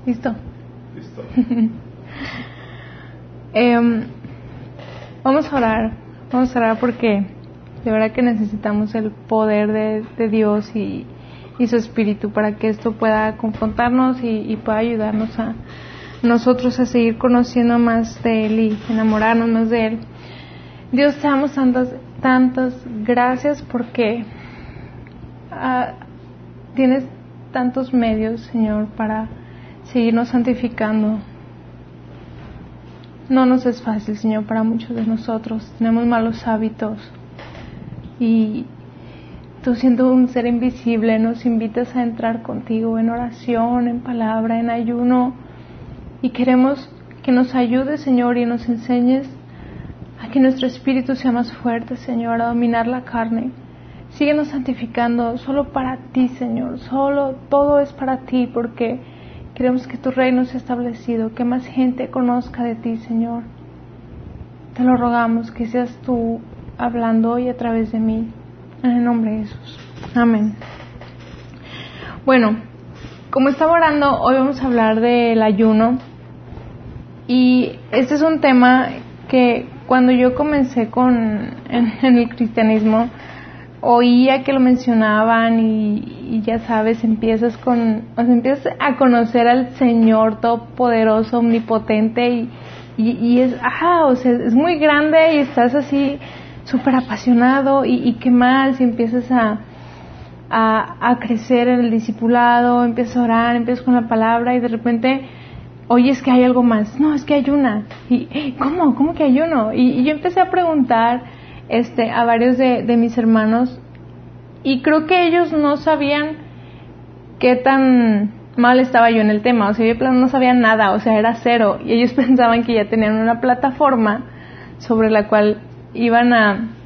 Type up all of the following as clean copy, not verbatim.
¿Listo? Listo. Vamos a orar porque de verdad que necesitamos el poder de Dios y su Espíritu para que esto pueda confrontarnos y pueda ayudarnos a nosotros a seguir conociendo más de Él y enamorarnos más de Él. Dios, te damos tantas gracias porque tienes tantos medios, Señor, para seguirnos santificando. No nos es fácil, Señor, para muchos de nosotros. Tenemos malos hábitos y tú, siendo un ser invisible, nos invitas a entrar contigo en oración, en palabra, en ayuno, y queremos que nos ayudes, Señor, y nos enseñes a que nuestro espíritu sea más fuerte, Señor, a dominar la carne. Síguenos santificando solo para ti, Señor, solo, todo es para ti, porque queremos que tu reino sea establecido, que más gente conozca de ti, Señor. Te lo rogamos, que seas tú hablando hoy a través de mí, en el nombre de Jesús. Amén. Bueno, como estaba orando, hoy vamos a hablar del ayuno. Y este es un tema que cuando yo comencé en el cristianismo, oía que lo mencionaban y ya sabes, empiezas a conocer al Señor todopoderoso, omnipotente y es, es muy grande y estás así súper apasionado y qué más, y empiezas a crecer en el discipulado, empiezas a orar, empiezas con la palabra y de repente oyes que hay algo más. No, es que ayuna. Y ¿cómo que ayuno? Y yo empecé a preguntar a varios de mis hermanos, y creo que ellos no sabían qué tan mal estaba yo en el tema. O sea, yo no sabía nada, o sea, era cero, y ellos pensaban que ya tenían una plataforma sobre la cual iban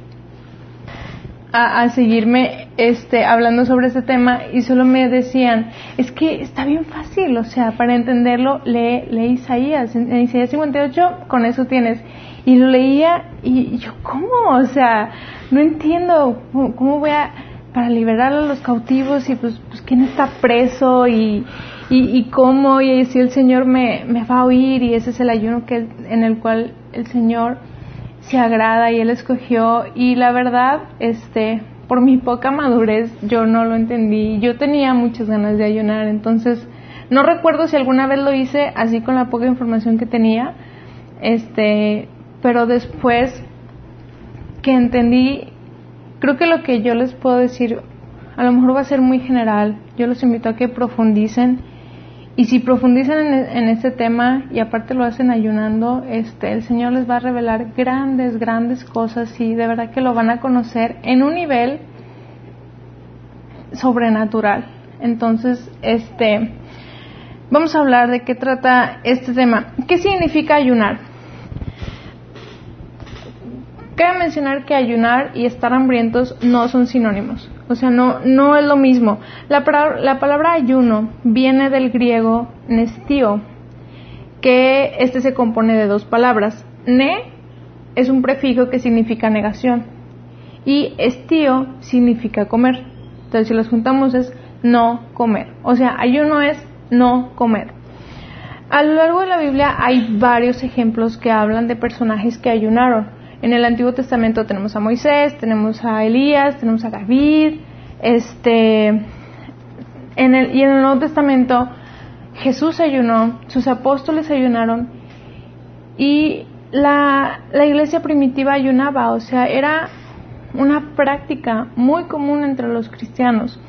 a seguirme hablando sobre este tema, y solo me decían, es que está bien fácil, o sea, para entenderlo lee Isaías, en Isaías 58 con eso tienes. Y lo leía y yo, ¿cómo? O sea, no entiendo cómo voy para liberar a los cautivos, y pues quién está preso y cómo, y si el Señor me va a oír, y ese es el ayuno en el cual el Señor se agrada y Él escogió. Y la verdad, por mi poca madurez, yo no lo entendí. Yo tenía muchas ganas de ayunar, entonces no recuerdo si alguna vez lo hice así con la poca información que tenía, pero después que entendí, creo que lo que yo les puedo decir a lo mejor va a ser muy general. Yo los invito a que profundicen, y si profundizan en este tema y aparte lo hacen ayunando, el Señor les va a revelar grandes cosas, y de verdad que lo van a conocer en un nivel sobrenatural. Entonces, vamos a hablar de qué trata este tema. ¿Qué significa ayunar? Cabe mencionar que ayunar y estar hambrientos no son sinónimos. O sea, no es lo mismo. La palabra ayuno viene del griego nestio, que se compone de dos palabras. Ne es un prefijo que significa negación, y estio significa comer. Entonces, si los juntamos es no comer. O sea, ayuno es no comer. A lo largo de la Biblia hay varios ejemplos que hablan de personajes que ayunaron. En el Antiguo Testamento tenemos a Moisés, tenemos a Elías, tenemos a David, y en el Nuevo Testamento Jesús ayunó, sus apóstoles ayunaron, y la iglesia primitiva ayunaba. O sea, era una práctica muy común entre los cristianos.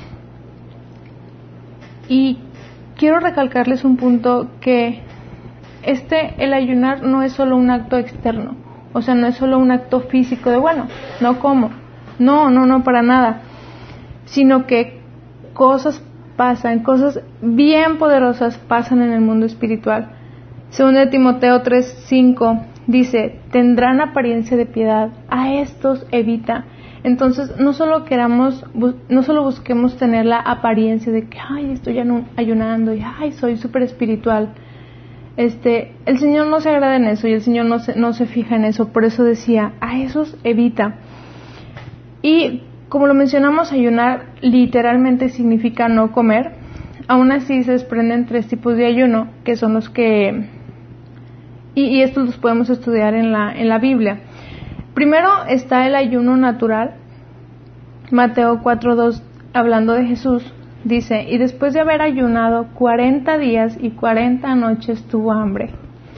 Y quiero recalcarles un punto, que el ayunar no es solo un acto externo. O sea, no es solo un acto físico de, bueno, no como. No, para nada. Sino que cosas pasan, cosas bien poderosas pasan en el mundo espiritual. Según de Timoteo 3:5 dice, tendrán apariencia de piedad, a estos evita. Entonces, no solo busquemos tener la apariencia de que, estoy ayunando y, soy súper espiritual. El Señor no se agrada en eso, y el Señor no se fija en eso. Por eso decía, a esos evita. Y como lo mencionamos, ayunar literalmente significa no comer. aún así se desprenden 3 tipos de ayuno, que son los que, y estos los podemos estudiar en la Biblia. Primero está el ayuno natural. Mateo 4:2, hablando de Jesús, dice: y después de haber ayunado 40 días y 40 noches tuvo hambre.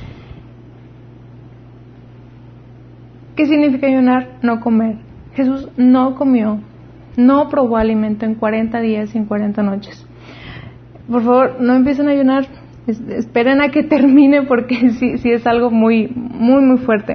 ¿Qué significa ayunar? No comer. Jesús no comió, no probó alimento en 40 días y en 40 noches. Por favor, no empiecen a ayunar, esperen a que termine, porque sí es algo muy fuerte.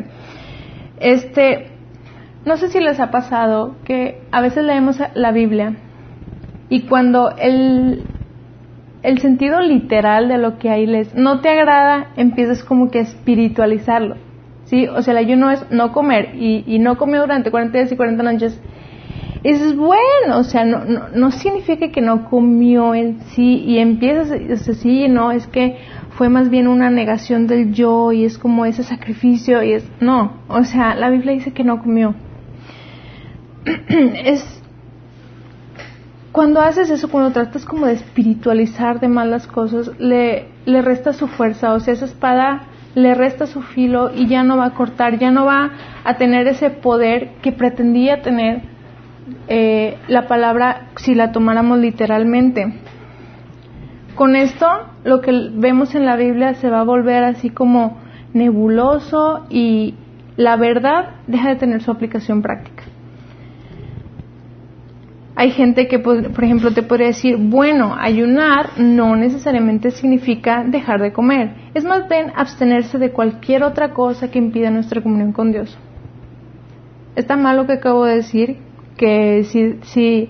No sé si les ha pasado que a veces leemos la Biblia y cuando el sentido literal de lo que ahí lees no te agrada, empiezas como que a espiritualizarlo, ¿sí? O sea, el ayuno es no comer y no comió durante 40 días y 40 noches. Y dices, bueno, o sea, no significa que no comió en sí, y empiezas, o sea, sí, no, es que fue más bien una negación del yo y es como ese sacrificio y no, o sea, la Biblia dice que no comió. Cuando haces eso, cuando tratas como de espiritualizar de más las cosas, le resta su fuerza, o sea, esa espada le resta su filo y ya no va a cortar, ya no va a tener ese poder que pretendía tener la palabra si la tomáramos literalmente. Con esto, lo que vemos en la Biblia se va a volver así como nebuloso y la verdad deja de tener su aplicación práctica. Hay gente que, por ejemplo, te podría decir, bueno, ayunar no necesariamente significa dejar de comer. Es más bien abstenerse de cualquier otra cosa que impida nuestra comunión con Dios. ¿Está mal lo que acabo de decir? Que si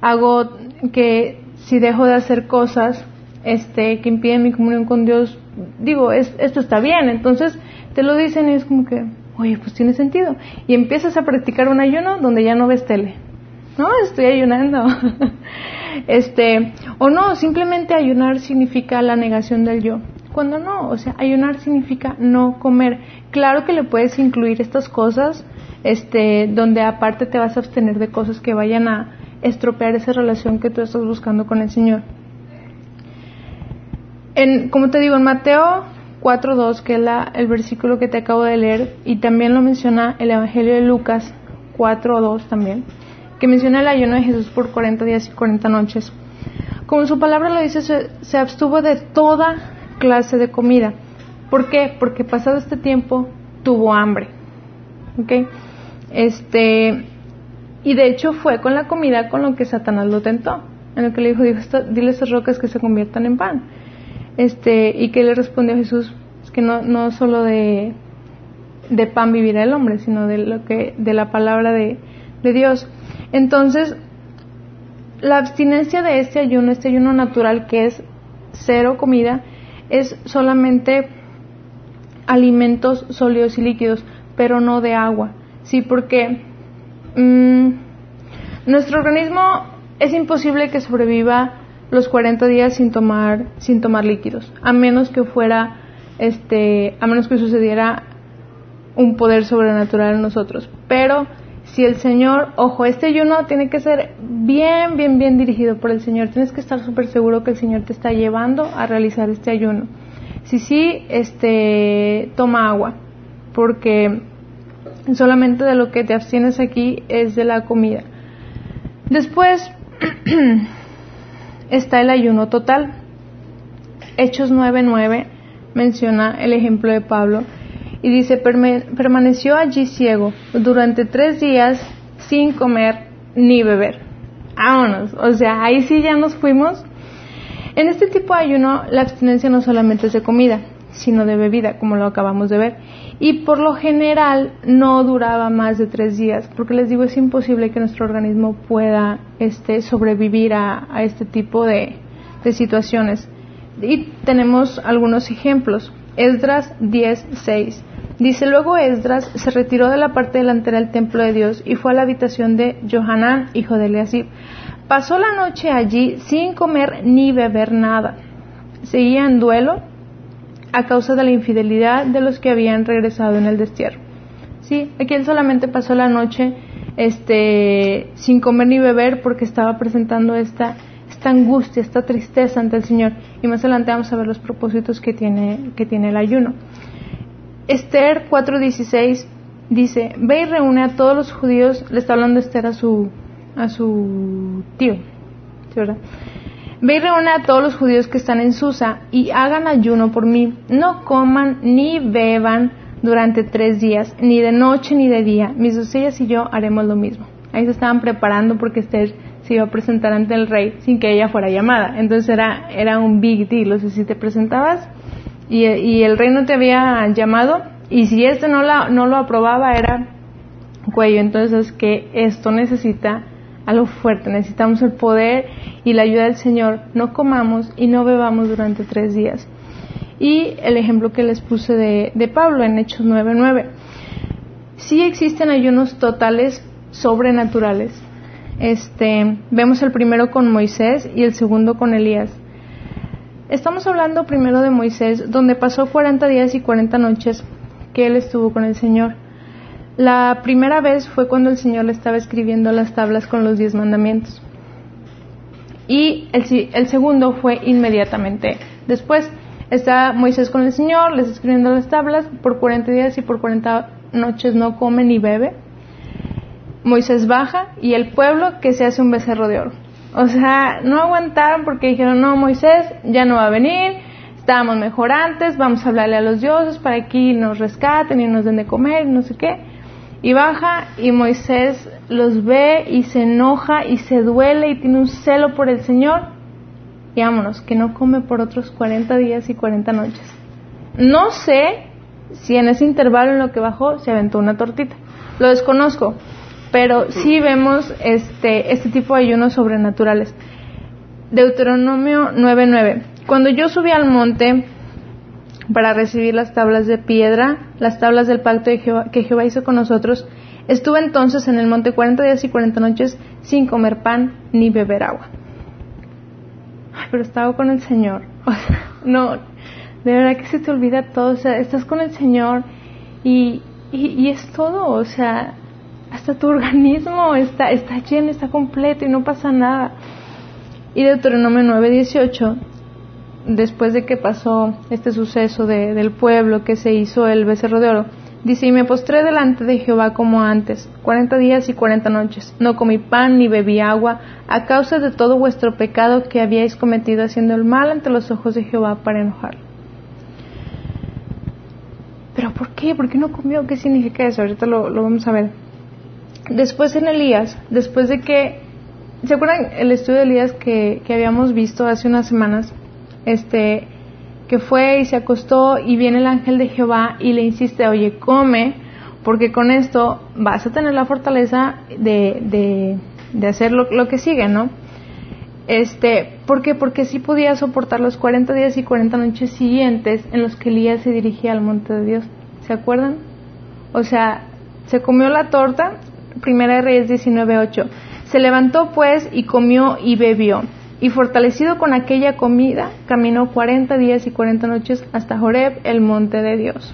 dejo de hacer cosas que impiden mi comunión con Dios, digo, esto está bien. Entonces te lo dicen y es como que, oye, pues tiene sentido. Y empiezas a practicar un ayuno donde ya no ves tele. No, estoy ayunando. O no, simplemente ayunar significa la negación del yo. Cuando no, o sea, ayunar significa no comer. Claro que le puedes incluir estas cosas, donde aparte te vas a abstener de cosas que vayan a estropear esa relación que tú estás buscando con el Señor. Como te digo, en Mateo 4:2, que es el versículo que te acabo de leer, y también lo menciona el Evangelio de Lucas 4:2 también, que menciona el ayuno de Jesús por 40 días y 40 noches. Como su palabra lo dice, se abstuvo de toda clase de comida. ¿Por qué? Porque pasado este tiempo tuvo hambre. ¿Okay? Y de hecho fue con la comida con lo que Satanás lo tentó, en lo que le dijo, dile a estas rocas que se conviertan en pan. Y que le respondió Jesús, es que no solo de pan vivirá el hombre, sino de la palabra de Dios. Entonces, la abstinencia de este ayuno natural, que es cero comida, es solamente alimentos sólidos y líquidos, pero no de agua. Sí, porque nuestro organismo es imposible que sobreviva los 40 días sin tomar líquidos, a menos que sucediera un poder sobrenatural en nosotros. Pero si el Señor, ojo, este ayuno tiene que ser bien dirigido por el Señor. Tienes que estar súper seguro que el Señor te está llevando a realizar este ayuno. Sí, toma agua, porque solamente de lo que te abstienes aquí es de la comida. Después está el ayuno total. Hechos 9:9 menciona el ejemplo de Pablo y dice: permaneció allí ciego durante 3 días sin comer ni beber. Vámonos, o sea, ahí sí ya nos fuimos. En este tipo de ayuno, la abstinencia no solamente es de comida, sino de bebida, como lo acabamos de ver. Y por lo general no duraba más de 3 días, porque les digo, es imposible que nuestro organismo pueda sobrevivir a este tipo de situaciones. Y tenemos algunos ejemplos. Esdras 10:6 dice: luego Esdras se retiró de la parte delantera del templo de Dios y fue a la habitación de Johanán, hijo de Eliasib. Pasó la noche allí sin comer ni beber nada. Seguía en duelo a causa de la infidelidad de los que habían regresado en el destierro. Sí, aquí él solamente pasó la noche sin comer ni beber porque estaba presentando esta esta angustia, esta tristeza ante el Señor. Y más adelante vamos a ver los propósitos que tiene el ayuno. Esther 4:16 dice: ve y reúne a todos los judíos. Le está hablando Esther a su tío, ¿sí, verdad? Ve y reúne a todos los judíos que están en Susa y hagan ayuno por mí. No coman ni beban durante 3 días, ni de noche ni de día. Mis doncellas y yo haremos lo mismo. Ahí se estaban preparando porque Esther se iba a presentar ante el rey sin que ella fuera llamada. Entonces era un big deal. O sea, si te presentabas y el rey no te había llamado, y si no lo aprobaba, era cuello. Entonces es que esto necesita algo fuerte, necesitamos el poder y la ayuda del Señor. No comamos y no bebamos durante 3 días. Y el ejemplo que les puse de Pablo en Hechos 9:9. Sí existen ayunos totales sobrenaturales. Vemos el primero con Moisés y el segundo con Elías. Estamos hablando primero de Moisés, donde pasó 40 días y 40 noches que él estuvo con el Señor. La primera vez fue cuando el Señor le estaba escribiendo las tablas con los 10 mandamientos. Y el segundo fue inmediatamente después. Está Moisés con el Señor, les está escribiendo las tablas. Por 40 días y por 40 noches no come ni bebe. Moisés baja y el pueblo que se hace un becerro de oro. O sea, no aguantaron porque dijeron: no, Moisés ya no va a venir, estábamos mejor antes, vamos a hablarle a los dioses para que aquí nos rescaten y nos den de comer y no sé qué. Y baja y Moisés los ve y se enoja y se duele y tiene un celo por el Señor. Y vámonos, que no come por otros 40 días y 40 noches. No sé si en ese intervalo en lo que bajó se aventó una tortita, lo desconozco, pero sí vemos este tipo de ayunos sobrenaturales. Deuteronomio 9:9. Cuando yo subí al monte para recibir las tablas de piedra, las tablas del pacto de Jehová, que Jehová hizo con nosotros, estuve entonces en el monte 40 días y 40 noches sin comer pan ni beber agua. Ay, pero estaba con el Señor. O sea, no, de verdad que se te olvida todo. O sea, estás con el Señor y es todo. O sea, hasta tu organismo está lleno, está completo y no pasa nada. Y Deuteronomio 9:18, después de que pasó este suceso del pueblo que se hizo el becerro de oro, dice: y me postré delante de Jehová como antes, 40 días y 40 noches. No comí pan ni bebí agua, a causa de todo vuestro pecado que habíais cometido haciendo el mal ante los ojos de Jehová para enojarlo. ¿Pero por qué? ¿Por qué no comió? ¿Qué significa eso? Ahorita lo vamos a ver. Después en Elías, después de que... ¿Se acuerdan el estudio de Elías que habíamos visto hace unas semanas? Que fue y se acostó y viene el ángel de Jehová y le insiste: oye, come, porque con esto vas a tener la fortaleza de hacer lo que sigue, ¿no? ¿Por qué? Porque sí podía soportar los 40 días y 40 noches siguientes en los que Elías se dirigía al monte de Dios. ¿Se acuerdan? O sea, se comió la torta. Primera de Reyes 19:8. Se levantó pues y comió y bebió, y fortalecido con aquella comida, caminó 40 días y 40 noches hasta Horeb, el monte de Dios.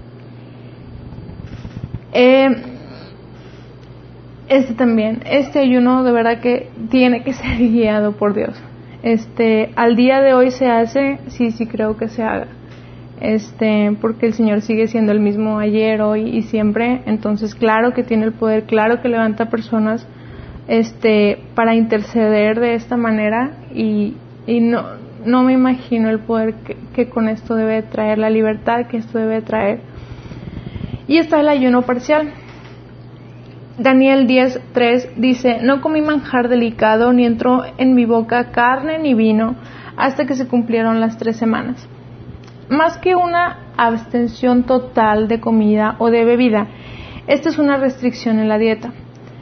Este ayuno de verdad que tiene que ser guiado por Dios. Al día de hoy se hace, sí creo que se haga. Porque el Señor sigue siendo el mismo ayer, hoy y siempre. Entonces, claro que tiene el poder, claro que levanta personas para interceder de esta manera, y no me imagino el poder que con esto debe traer, la libertad que esto debe traer. Y está el ayuno parcial. Daniel 10:3 dice: no comí manjar delicado, ni entró en mi boca carne ni vino, hasta que se cumplieron las 3 semanas. Más que una abstención total de comida o de bebida, esta es una restricción en la dieta.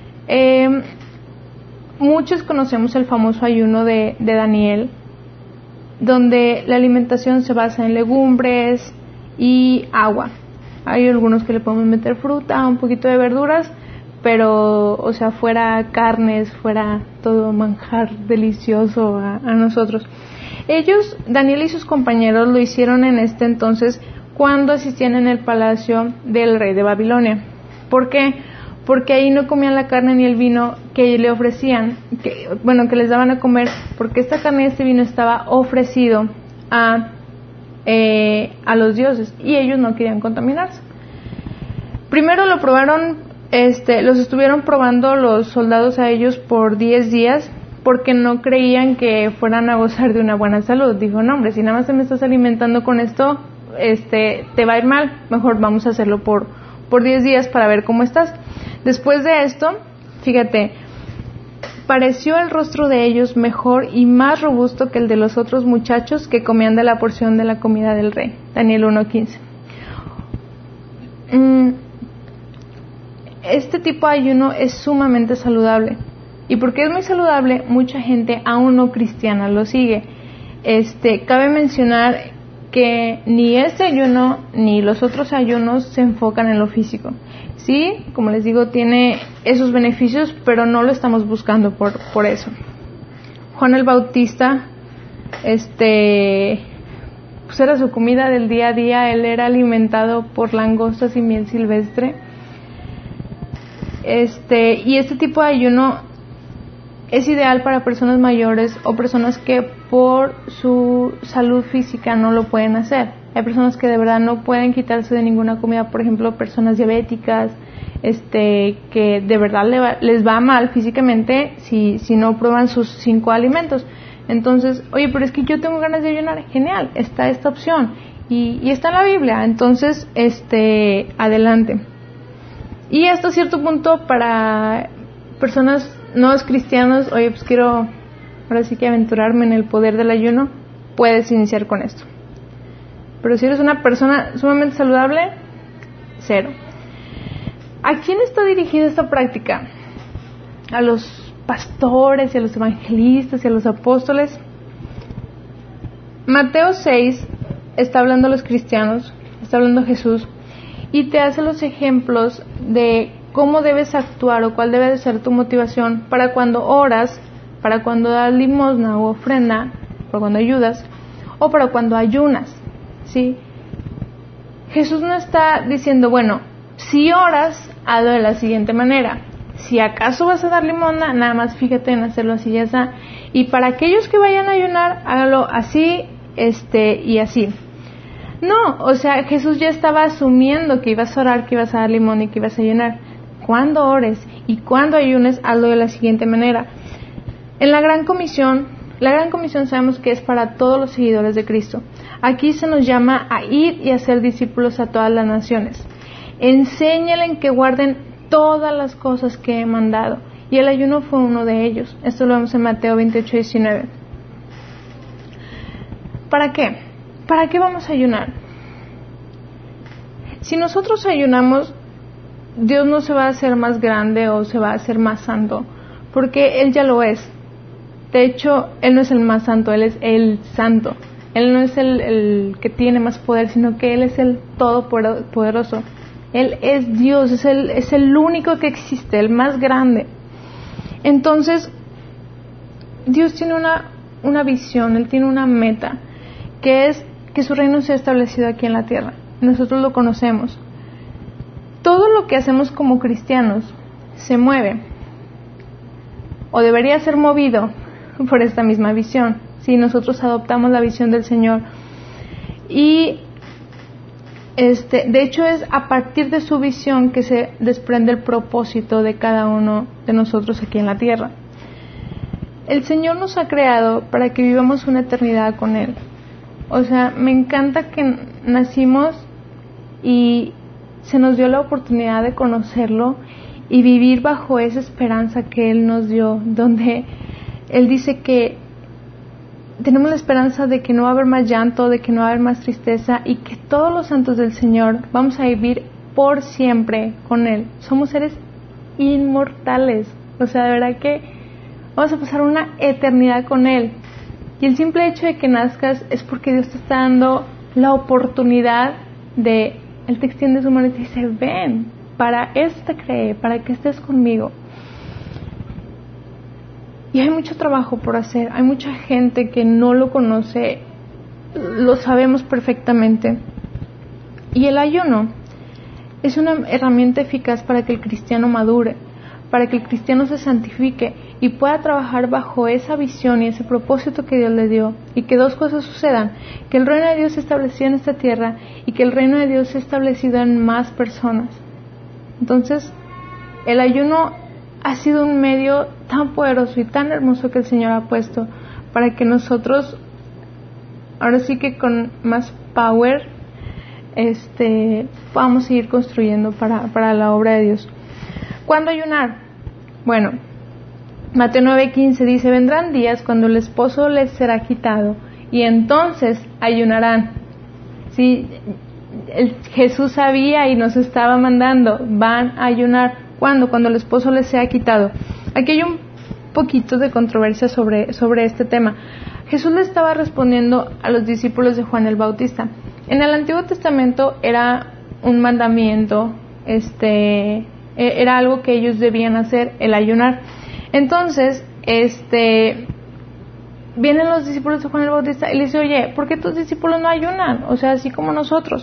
Muchos conocemos el famoso ayuno de Daniel, donde la alimentación se basa en legumbres y agua. Hay algunos que le podemos meter fruta, un poquito de verduras, pero, o sea, fuera carnes, fuera todo manjar delicioso a nosotros. Daniel y sus compañeros lo hicieron en entonces cuando asistían en el palacio del rey de Babilonia. ¿Por qué? porque ahí no comían la carne ni el vino que le ofrecían, que les daban a comer, porque esta carne y este vino estaba ofrecido a los dioses, y ellos no querían contaminarse. Primero lo probaron, los estuvieron probando los soldados a ellos por 10 días, porque no creían que fueran a gozar de una buena salud. Dijo, no hombre, si nada más te me estás alimentando con esto, te va a ir mal, mejor vamos a hacerlo por 10 días para ver cómo estás. Después de esto, fíjate, pareció el rostro de ellos mejor y más robusto que el de los otros muchachos que comían de la porción de la comida del rey. Daniel 1:15. Este tipo de ayuno es sumamente saludable. Y porque es muy saludable, mucha gente aún no cristiana lo sigue. Cabe mencionar que ni este ayuno ni los otros ayunos se enfocan en lo físico. Sí, como les digo, tiene esos beneficios, pero no lo estamos buscando por eso. Juan el Bautista, pues era su comida del día a día. Él era alimentado por langostas y miel silvestre. Y este tipo de ayuno es ideal para personas mayores o personas que por su salud física no lo pueden hacer. Hay personas que de verdad no pueden quitarse de ninguna comida, por ejemplo, personas diabéticas, que de verdad les va mal físicamente si no prueban sus 5 alimentos. Entonces, oye, pero es que yo tengo ganas de ayunar. Genial, está esta opción y está en la Biblia. Entonces, adelante. Y hasta cierto punto para personas nuevos cristianos, oye, pues quiero ahora sí que aventurarme en el poder del ayuno, puedes iniciar con esto. Pero si eres una persona sumamente saludable, 0. ¿A quién está dirigida esta práctica? ¿A los pastores y a los evangelistas y a los apóstoles? Mateo 6 está hablando a los cristianos, está hablando a Jesús, y te hace los ejemplos de cómo debes actuar o cuál debe de ser tu motivación para cuando oras, para cuando das limosna o ofrenda, para cuando ayudas o para cuando ayunas, ¿sí? Jesús no está diciendo, bueno, si oras, hazlo de la siguiente manera. Si acaso vas a dar limosna, nada más fíjate en hacerlo así y así. Y para aquellos que vayan a ayunar, hágalo así, y así. No, o sea, Jesús ya estaba asumiendo que ibas a orar, que ibas a dar limosna y que ibas a ayunar. Cuando ores y cuando ayunes, hazlo de la siguiente manera. En la Gran Comisión sabemos que es para todos los seguidores de Cristo. Aquí se nos llama a ir y a ser discípulos a todas las naciones. Enséñalen que guarden todas las cosas que he mandado. Y el ayuno fue uno de ellos. Esto lo vemos en Mateo 28:19. ¿Para qué? ¿Para qué vamos a ayunar? Si nosotros ayunamos, Dios no se va a hacer más grande o se va a hacer más santo, porque Él ya lo es. De hecho, Él no es el más santo, Él es el santo. Él no es el que tiene más poder, sino que Él es el todopoderoso. Él es Dios, es el único que existe, el más grande. Entonces, Dios tiene una visión, Él tiene una meta, que es que su reino sea establecido aquí en la tierra. Nosotros lo conocemos. Todo lo que hacemos como cristianos se mueve o debería ser movido por esta misma visión, si nosotros adoptamos la visión del Señor. Y de hecho es a partir de su visión que se desprende el propósito de cada uno de nosotros aquí en la tierra. El Señor nos ha creado para que vivamos una eternidad con Él. O sea, me encanta que nacimos y se nos dio la oportunidad de conocerlo y vivir bajo esa esperanza que Él nos dio, donde Él dice que tenemos la esperanza de que no va a haber más llanto, de que no va a haber más tristeza y que todos los santos del Señor vamos a vivir por siempre con Él. Somos seres inmortales, o sea, de verdad que vamos a pasar una eternidad con Él. Y el simple hecho de que nazcas es porque Dios te está dando la oportunidad de... Él te extiende su mano y te dice, ven, para esto te creé, para que estés conmigo. Y hay mucho trabajo por hacer, hay mucha gente que no lo conoce, lo sabemos perfectamente. Y el ayuno es una herramienta eficaz para que el cristiano madure, para que el cristiano se santifique y pueda trabajar bajo esa visión y ese propósito que Dios le dio, y que dos cosas sucedan: que el reino de Dios se establecido en esta tierra y que el reino de Dios se establecido en más personas. Entonces, el ayuno ha sido un medio tan poderoso y tan hermoso que el Señor ha puesto para que nosotros, ahora sí que con más power, podamos seguir construyendo para la obra de Dios. ¿Cuándo ayunar? Bueno, Mateo 9:15 dice: vendrán días cuando el esposo les será quitado y entonces ayunarán. Sí, Jesús sabía y nos estaba mandando: van a ayunar. ¿Cuándo? Cuando el esposo les sea quitado. Aquí hay un poquito de controversia sobre este tema. Jesús le estaba respondiendo a los discípulos de Juan el Bautista. En el Antiguo Testamento era un mandamiento, era algo que ellos debían hacer, el ayunar. Entonces, vienen los discípulos de Juan el Bautista y le dicen: oye, ¿por qué tus discípulos no ayunan? O sea, así como nosotros.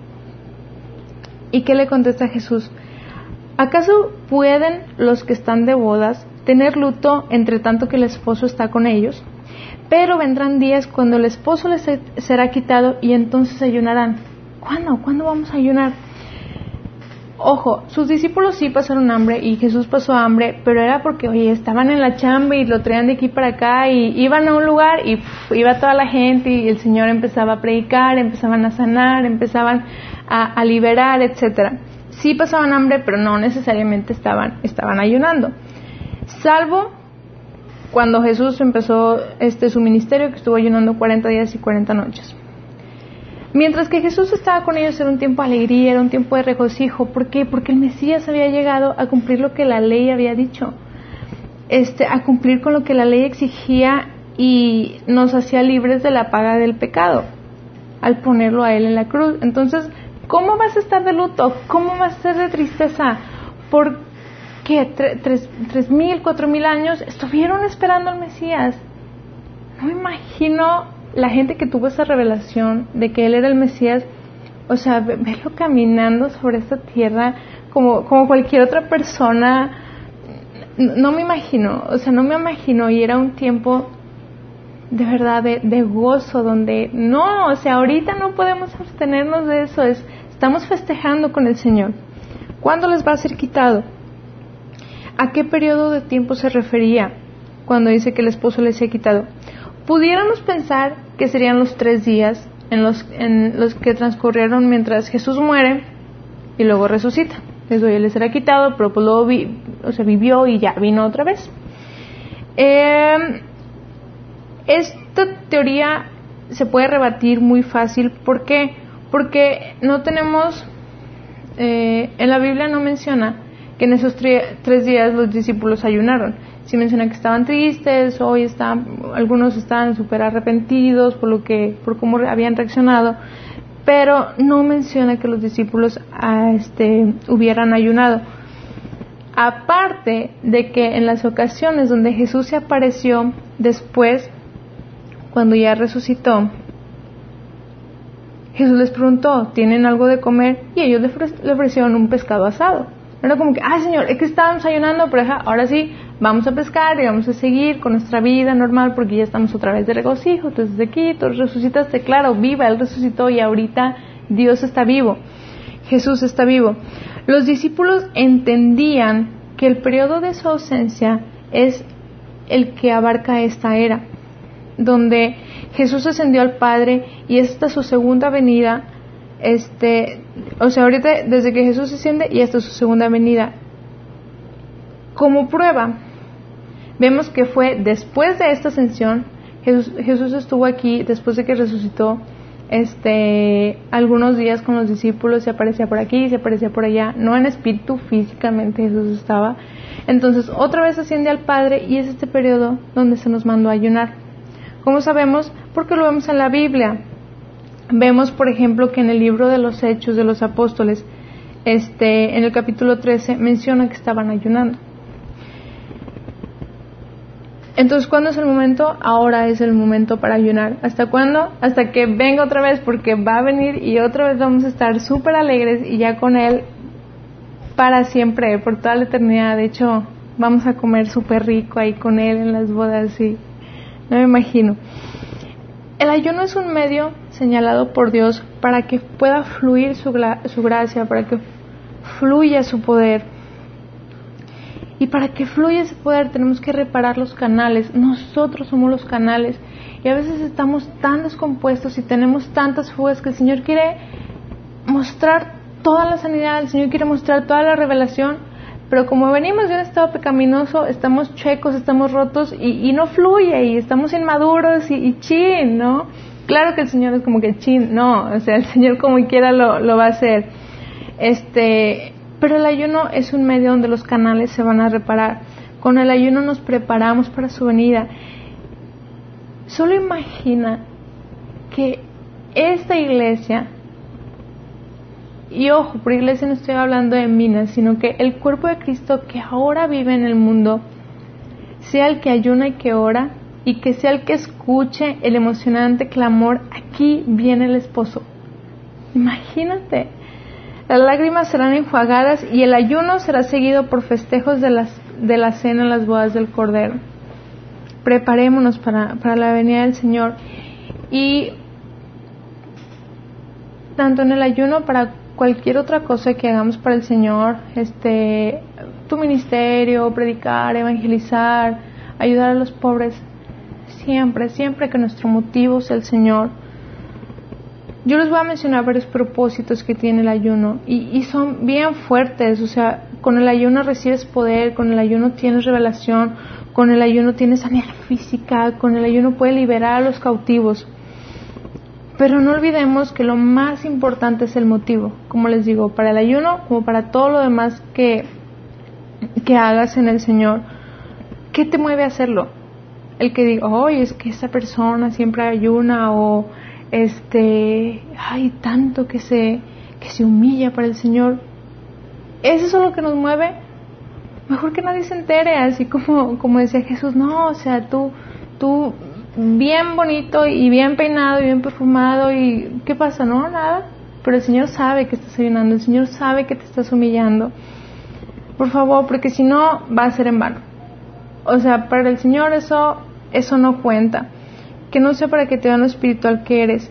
¿Y qué le contesta Jesús? ¿Acaso pueden los que están de bodas tener luto entre tanto que el esposo está con ellos? Pero vendrán días cuando el esposo les será quitado y entonces ayunarán. ¿Cuándo? ¿Cuándo vamos a ayunar? Ojo, sus discípulos sí pasaron hambre y Jesús pasó hambre, pero era porque, oye, estaban en la chamba y lo traían de aquí para acá y iban a un lugar y iba toda la gente y el Señor empezaba a predicar, empezaban a sanar, empezaban a liberar, etcétera. Sí pasaban hambre, pero no necesariamente estaban ayunando. Salvo cuando Jesús empezó su ministerio, que estuvo ayunando 40 días y 40 noches. Mientras que Jesús estaba con ellos, era un tiempo de alegría, era un tiempo de regocijo. ¿Por qué? Porque el Mesías había llegado a cumplir lo que la ley había dicho, a cumplir con lo que la ley exigía y nos hacía libres de la paga del pecado al ponerlo a Él en la cruz. Entonces, ¿cómo vas a estar de luto? ¿Cómo vas a estar de tristeza? ¿Por qué? 3,000, 4,000 años estuvieron esperando al Mesías. No me imagino la gente que tuvo esa revelación de que Él era el Mesías, o sea, verlo caminando sobre esta tierra como cualquier otra persona. No me imagino, y era un tiempo de verdad de gozo, donde ahorita no podemos abstenernos de eso, estamos festejando con el Señor. ¿Cuándo les va a ser quitado? ¿A qué periodo de tiempo se refería cuando dice que el esposo les ha quitado? Pudiéramos pensar que serían los 3 días en los que transcurrieron mientras Jesús muere y luego resucita. Eso ya les será quitado, pero pues luego vivió y ya vino otra vez. Esta teoría se puede rebatir muy fácil. ¿Por qué? Porque no tenemos, en la Biblia no menciona que en esos 3 días los discípulos ayunaron. Sí menciona que estaban tristes, algunos estaban súper arrepentidos por cómo habían reaccionado, pero no menciona que los discípulos hubieran ayunado. Aparte de que en las ocasiones donde Jesús se apareció después, cuando ya resucitó, Jesús les preguntó: ¿tienen algo de comer? Y ellos le ofrecieron un pescado asado. No era como que: Señor, es que estábamos ayunando, pero ahora sí, vamos a pescar y vamos a seguir con nuestra vida normal porque ya estamos otra vez de regocijo. Entonces aquí, tú resucitaste, claro, viva, Él resucitó y ahorita Dios está vivo, Jesús está vivo. Los discípulos entendían que el periodo de su ausencia es el que abarca esta era, donde Jesús ascendió al Padre y esta es su segunda venida. Ahorita desde que Jesús asciende y hasta su segunda venida. Como prueba, vemos que fue después de esta ascensión. Jesús estuvo aquí después de que resucitó, algunos días con los discípulos, se aparecía por aquí, se aparecía por allá, no en espíritu, físicamente Jesús estaba. Entonces otra vez asciende al Padre y es este periodo donde se nos mandó a ayunar. ¿Cómo sabemos? Porque lo vemos en la Biblia. Vemos, por ejemplo, que en el libro de los Hechos de los Apóstoles, en el capítulo 13, menciona que estaban ayunando. Entonces, ¿cuándo es el momento? Ahora es el momento para ayunar. ¿Hasta cuándo? Hasta que venga otra vez, porque va a venir y otra vez vamos a estar súper alegres y ya con Él para siempre, por toda la eternidad. De hecho, vamos a comer súper rico ahí con Él en las bodas, y no me imagino. El ayuno es un medio señalado por Dios para que pueda fluir su gracia, para que fluya su poder. Y para que fluya ese poder tenemos que reparar los canales. Nosotros somos los canales. Y a veces estamos tan descompuestos y tenemos tantas fugas que el Señor quiere mostrar toda la sanidad, el Señor quiere mostrar toda la revelación, pero como venimos de un estado pecaminoso, estamos chuecos, estamos rotos y no fluye, y estamos inmaduros y chin, ¿no? Claro que el Señor es como que chin, no, o sea, el Señor como quiera lo va a hacer. Pero el ayuno es un medio donde los canales se van a reparar. Con el ayuno nos preparamos para su venida. Solo imagina que esta iglesia, y ojo, por iglesia no estoy hablando de minas, sino que el cuerpo de Cristo que ahora vive en el mundo, sea el que ayuna y que ora, y que sea el que escuche el emocionante clamor: aquí viene el esposo. Imagínate, las lágrimas serán enjuagadas y el ayuno será seguido por festejos de la cena en las bodas del Cordero. Preparémonos para la venida del Señor. Y tanto en el ayuno, para cualquier otra cosa que hagamos para el Señor, tu ministerio, predicar, evangelizar, ayudar a los pobres, siempre que nuestro motivo sea el Señor. Yo les voy a mencionar varios propósitos que tiene el ayuno y son bien fuertes. O sea, con el ayuno recibes poder, con el ayuno tienes revelación, con el ayuno tienes sanidad física, con el ayuno puedes liberar a los cautivos. Pero no olvidemos que lo más importante es el motivo. Como les digo, para el ayuno, como para todo lo demás que hagas en el Señor, ¿qué te mueve a hacerlo? El que diga, oye, es que esa persona siempre ayuna, o hay tanto que se humilla para el Señor. ¿Es eso lo que nos mueve? Mejor que nadie se entere, así como decía Jesús. No, o sea, tú bien bonito y bien peinado y bien perfumado, y ¿qué pasa? No, nada. Pero el Señor sabe que estás ayunando, el Señor sabe que te estás humillando. Por favor, porque si no va a ser en vano. O sea, para el Señor eso no cuenta. Que no sea para que te vean lo espiritual que eres,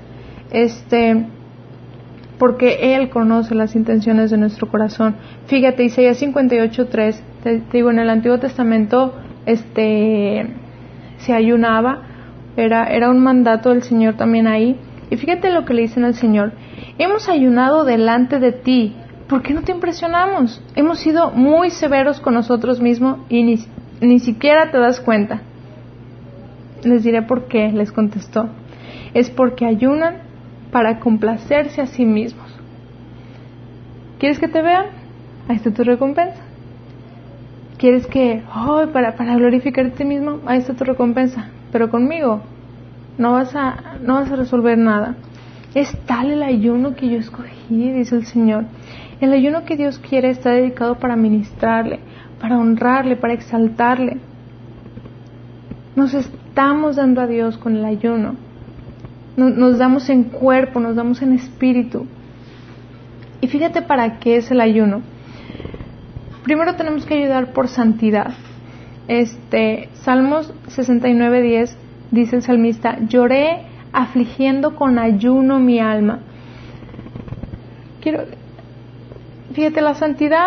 porque Él conoce las intenciones de nuestro corazón. Fíjate, Isaías 58:3, te digo, en el Antiguo Testamento se ayunaba, era un mandato del Señor también ahí. Y fíjate lo que le dicen al Señor: hemos ayunado delante de ti, ¿por qué no te impresionamos? Hemos sido muy severos con nosotros mismos y ni siquiera te das cuenta. Les diré por qué, les contestó. Es porque ayunan para complacerse a sí mismos. ¿Quieres que te vean? Ahí está tu recompensa. ¿Quieres que, para glorificarte a ti mismo? Ahí está tu recompensa. Pero conmigo no vas a resolver nada. Es tal el ayuno que yo escogí, dice el Señor. El ayuno que Dios quiere está dedicado para ministrarle, para honrarle, para exaltarle. Nos estamos dando a Dios con el ayuno. Nos damos en cuerpo, nos damos en espíritu. Y fíjate para qué es el ayuno. Primero tenemos que ayudar por santidad. Salmos 69:10 dice el salmista: lloré afligiendo con ayuno mi alma. Fíjate, la santidad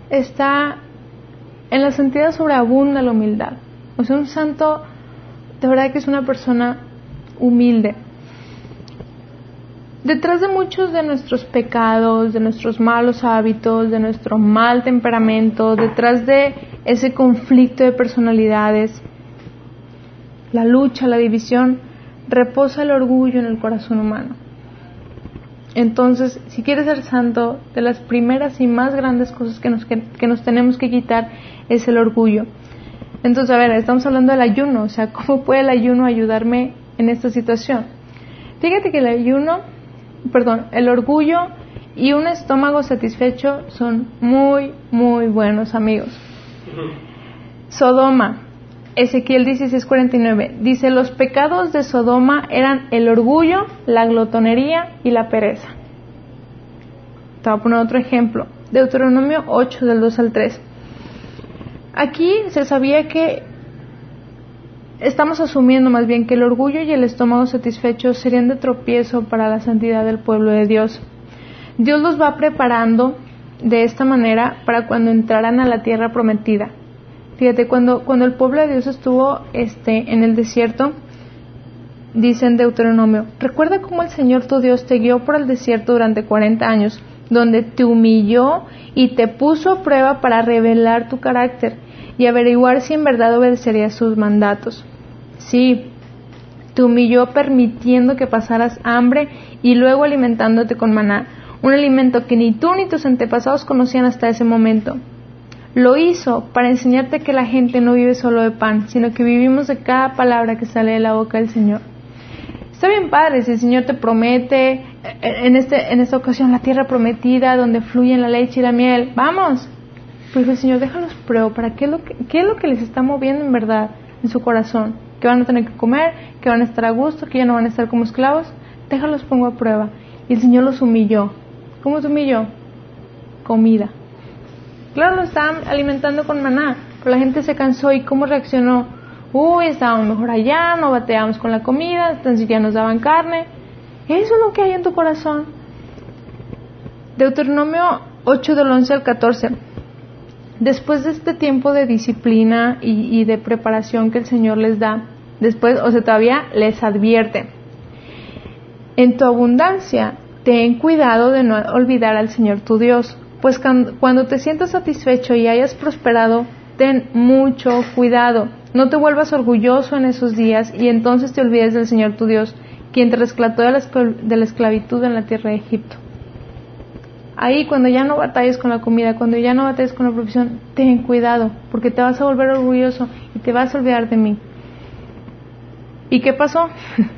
en la santidad sobreabunda la humildad. O sea, un santo de verdad que es una persona humilde. Detrás de muchos de nuestros pecados, de nuestros malos hábitos, de nuestro mal temperamento, detrás de ese conflicto de personalidades, la lucha, la división, reposa el orgullo en el corazón humano. Entonces, si quieres ser santo, de las primeras y más grandes cosas que nos tenemos que quitar es el orgullo. Entonces, a ver, estamos hablando del ayuno, o sea, ¿cómo puede el ayuno ayudarme en esta situación? Fíjate que el orgullo y un estómago satisfecho son muy, muy buenos amigos. Sodoma, Ezequiel 16:49, dice: los pecados de Sodoma eran el orgullo, la glotonería y la pereza. Te voy a poner otro ejemplo. Deuteronomio 8 del 2 al 3. Aquí se sabía que estamos asumiendo más bien que el orgullo y el estómago satisfecho serían de tropiezo para la santidad del pueblo de Dios. Dios los va preparando de esta manera para cuando entraran a la tierra prometida. Fíjate, cuando el pueblo de Dios estuvo en el desierto, dice en Deuteronomio: recuerda cómo el Señor tu Dios te guió por el desierto durante 40 años, donde te humilló y te puso a prueba para revelar tu carácter y averiguar si en verdad obedecerías sus mandatos. Sí, te humilló permitiendo que pasaras hambre y luego alimentándote con maná, un alimento que ni tú ni tus antepasados conocían hasta ese momento. Lo hizo para enseñarte que la gente no vive solo de pan, sino que vivimos de cada palabra que sale de la boca del Señor. Está bien padre si el Señor te promete en esta ocasión la tierra prometida donde fluyen la leche y la miel. ¡Vamos! Pues el Señor, déjalos pruebo para qué es lo que les está moviendo en verdad en su corazón. Que van a tener que comer, que van a estar a gusto, que ya no van a estar como esclavos. Déjalos pongo a prueba. Y el Señor los humilló. ¿Cómo te humilló? Comida. Claro, lo estaban alimentando con maná, pero la gente se cansó. ¿Y cómo reaccionó? Estábamos mejor allá, no bateábamos con la comida, tan siquiera nos daban carne. Eso es lo que hay en tu corazón. Deuteronomio 8 del 11 al 14. Después de este tiempo de disciplina y de preparación que el Señor les da, todavía les advierte: en tu abundancia ten cuidado de no olvidar al Señor tu Dios, pues cuando te sientas satisfecho y hayas prosperado, ten mucho cuidado. No te vuelvas orgulloso en esos días y entonces te olvides del Señor tu Dios, quien te rescató de la esclavitud en la tierra de Egipto. Ahí, cuando ya no batalles con la comida, cuando ya no batalles con la provisión, ten cuidado, porque te vas a volver orgulloso y te vas a olvidar de mí. ¿Y qué pasó?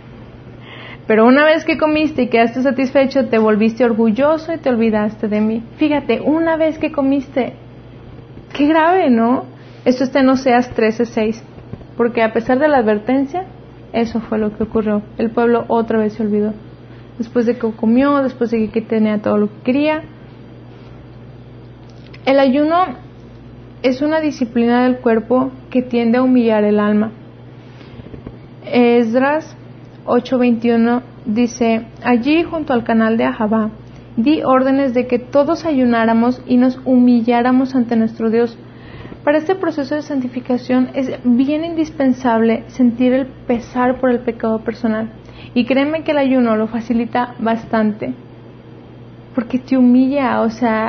Pero una vez que comiste y quedaste satisfecho, te volviste orgulloso y te olvidaste de mí. Fíjate, una vez que comiste, qué grave, ¿no? Esto está en Oseas 13:6, porque a pesar de la advertencia, eso fue lo que ocurrió. El pueblo otra vez se olvidó. Después de que comió, después de que tenía todo lo que quería. El ayuno es una disciplina del cuerpo que tiende a humillar el alma. Esdras 8:21 dice: allí junto al canal de Ahava di órdenes de que todos ayunáramos y nos humilláramos ante nuestro Dios. Para este proceso de santificación es bien indispensable sentir el pesar por el pecado personal. Y créeme que el ayuno lo facilita bastante, porque te humilla,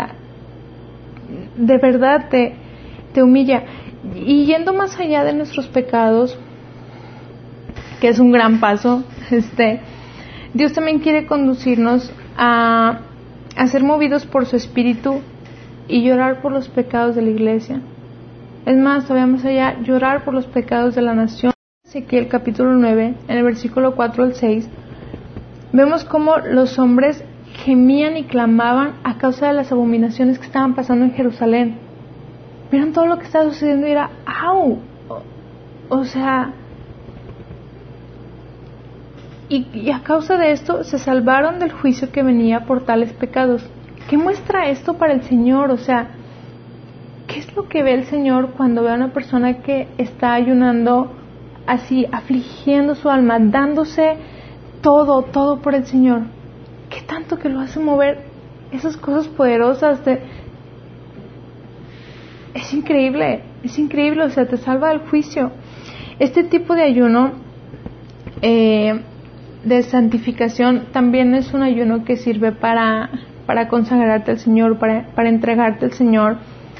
de verdad te humilla. Y yendo más allá de nuestros pecados, que es un gran paso, Dios también quiere conducirnos a ser movidos por su espíritu y llorar por los pecados de la iglesia. Es más, todavía más allá, llorar por los pecados de la nación. Ezequiel capítulo 9, en el versículo 4 al 6, vemos cómo los hombres gemían y clamaban a causa de las abominaciones que estaban pasando en Jerusalén. Vieron todo lo que estaba sucediendo y era ¡au! Y a causa de esto se salvaron del juicio que venía por tales pecados. ¿Qué muestra esto para el Señor? ¿Qué es lo que ve el Señor cuando ve a una persona que está ayunando así, afligiendo su alma, dándose todo por el Señor? ¿Qué tanto que lo hace mover esas cosas poderosas? Es increíble, te salva del juicio. Este tipo de ayuno de santificación también es un ayuno que sirve para consagrarte al Señor, para entregarte al Señor,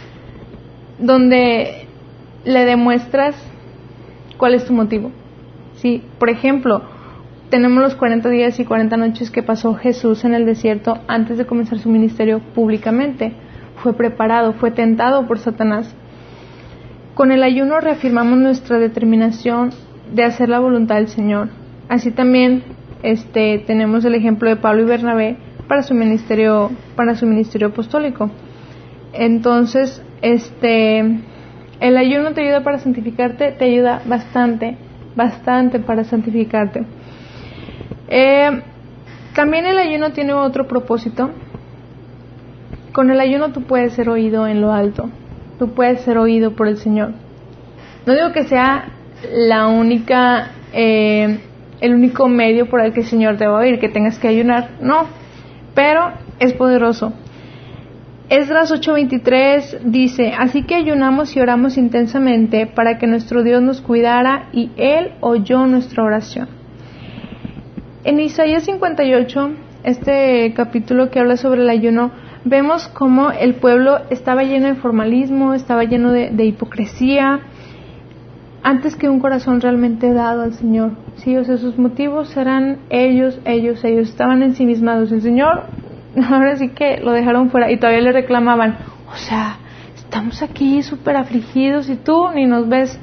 donde le demuestras cuál es tu motivo. ¿Sí? Por ejemplo, tenemos los 40 días y 40 noches que pasó Jesús en el desierto antes de comenzar su ministerio públicamente. Fue preparado, fue tentado por Satanás. Con el ayuno reafirmamos nuestra determinación de hacer la voluntad del Señor. Así también tenemos el ejemplo de Pablo y Bernabé para su ministerio apostólico. Entonces, el ayuno te ayuda para santificarte, te ayuda bastante para santificarte. También el ayuno tiene otro propósito, con el ayuno tú puedes ser oído en lo alto, tú puedes ser oído por el Señor. No digo que sea la única, el único medio por el que el Señor te va a oír, que tengas que ayunar, no, pero es poderoso. Esdras 8:23 dice: así que ayunamos y oramos intensamente para que nuestro Dios nos cuidara, y Él oyó nuestra oración. En Isaías 58, este capítulo que habla sobre el ayuno, vemos cómo el pueblo estaba lleno de formalismo, estaba lleno de hipocresía, antes que un corazón realmente dado al Señor. Sí, o sea, sus motivos eran ellos estaban ensimismados. El Señor, ahora sí que lo dejaron fuera, y todavía le reclamaban: o sea, estamos aquí súper afligidos y tú ni nos ves.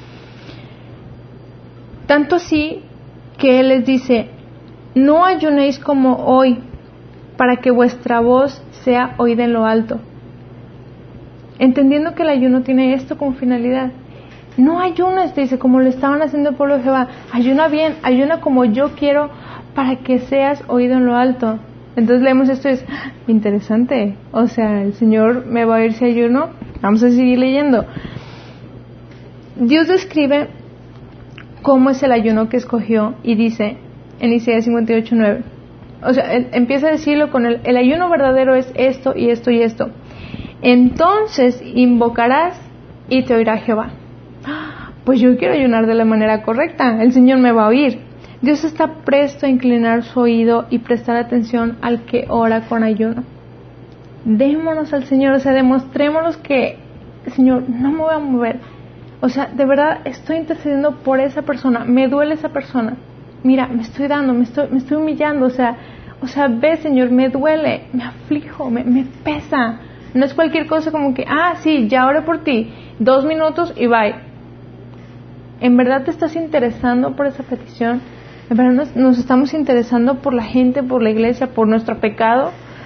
Tanto así que Él les dice: no ayunéis como hoy, para que vuestra voz sea oída en lo alto. Entendiendo que el ayuno tiene esto como finalidad. No ayunes, dice, como lo estaban haciendo el pueblo de Jehová. Ayuna bien, ayuna como yo quiero, para que seas oído en lo alto. Entonces leemos esto y es interesante. O sea, el Señor me va a oír si ayuno. Vamos a seguir leyendo. Dios describe cómo es el ayuno que escogió y dice en Isaías 58:9. O sea, él empieza a decirlo con el ayuno verdadero es esto y esto y esto. Entonces invocarás y te oirá Jehová. Pues yo quiero ayunar de la manera correcta, el Señor me va a oír. Dios está presto a inclinar su oído y prestar atención al que ora con ayuno. Démonos al Señor, o sea, demostrémonos que, Señor, no me voy a mover. O sea, de verdad estoy intercediendo por esa persona, me duele esa persona. Mira, me estoy dando, me estoy humillando, o sea, ve, Señor, me duele, me aflijo, me pesa. No es cualquier cosa como que, sí, ya oré por ti, 2 minutos y bye. ¿En verdad te estás interesando por esa petición? ¿En verdad nos estamos interesando por la gente, por la iglesia, por nuestro pecado?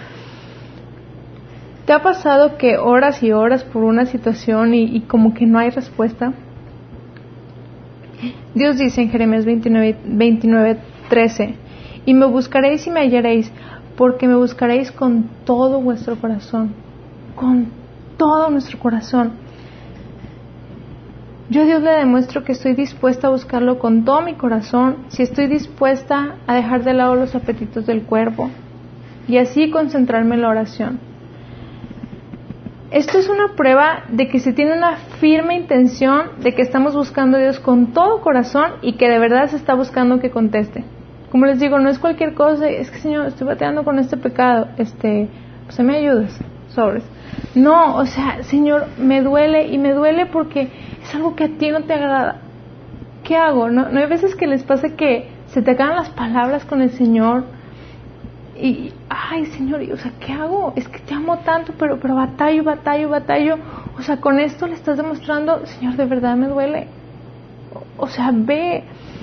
¿Te ha pasado que oras y oras por una situación y como que no hay respuesta? Dios dice en Jeremías 29:13: y me buscaréis y me hallaréis, porque me buscaréis con todo vuestro corazón. Con todo nuestro corazón. Yo a Dios le demuestro que estoy dispuesta a buscarlo con todo mi corazón, si estoy dispuesta a dejar de lado los apetitos del cuerpo y así concentrarme en la oración. Esto es una prueba de que se tiene una firme intención de que estamos buscando a Dios con todo corazón y que de verdad se está buscando que conteste. Como les digo, no es cualquier cosa, es que Señor, estoy bateando con este pecado, pues me ayudas, sobres. No, o sea, Señor, me duele, y me duele porque es algo que a ti no te agrada. ¿Qué hago? ¿No hay veces que les pasa que se te acaban las palabras con el Señor? Y, Señor, o sea, ¿qué hago? Es que te amo tanto, pero batallo. O sea, con esto le estás demostrando: Señor, de verdad me duele. O sea, ve,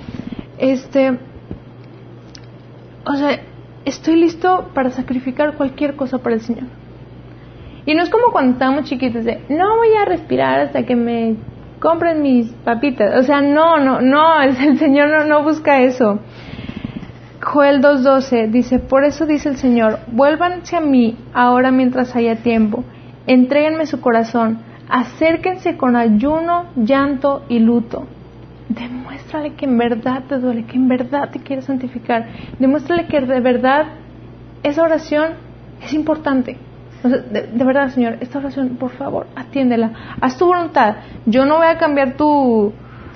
o sea, estoy listo para sacrificar cualquier cosa para el Señor. Y no es como cuando estábamos chiquitos de: no voy a respirar hasta que me compren mis papitas. O sea, no, el Señor no busca eso. Joel 2:12 dice: por eso dice el Señor, vuélvanse a mí ahora mientras haya tiempo, entréguenme su corazón, acérquense con ayuno, llanto y luto. Demuéstrale que en verdad te duele, que en verdad te quieres santificar. Demuéstrale que de verdad esa oración es importante. O sea, de verdad, Señor, esta oración, por favor, atiéndela. Haz tu voluntad. Yo no voy a cambiar tu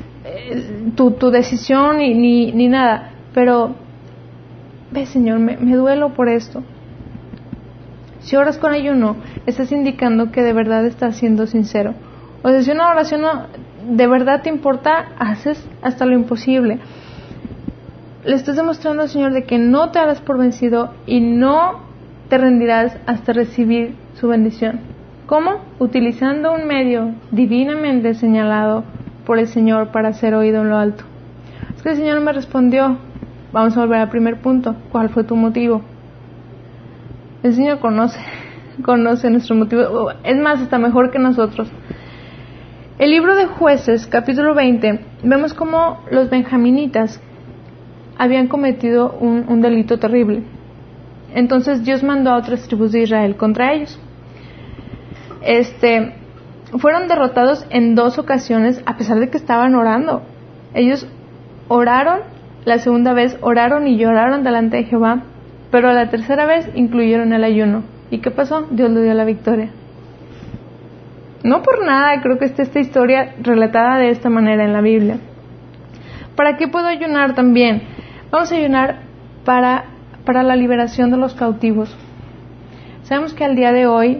decisión ni nada. Pero, ve, Señor, me duelo por esto. Si oras con ayuno, estás indicando que de verdad estás siendo sincero. O sea, si una oración de verdad te importa, haces hasta lo imposible. Le estás demostrando al Señor de que no te harás por vencido y no te rendirás hasta recibir su bendición. ¿Cómo? Utilizando un medio divinamente señalado por el Señor para ser oído en lo alto. Es que el Señor me respondió. Vamos a volver al primer punto. ¿Cuál fue tu motivo? El Señor conoce nuestro motivo. Es más, está mejor que nosotros. El libro de Jueces, capítulo 20, vemos cómo los benjaminitas habían cometido un delito terrible. Entonces Dios mandó a otras tribus de Israel contra ellos. fueron derrotados en 2 ocasiones a pesar de que estaban orando. Ellos oraron, la segunda vez oraron y lloraron delante de Jehová, pero la tercera vez incluyeron el ayuno. ¿Y qué pasó? Dios le dio la victoria. No por nada creo que esté esta historia relatada de esta manera en la Biblia. ¿Para qué puedo ayunar también? Vamos a ayunar para la liberación de los cautivos. Sabemos que al día de hoy,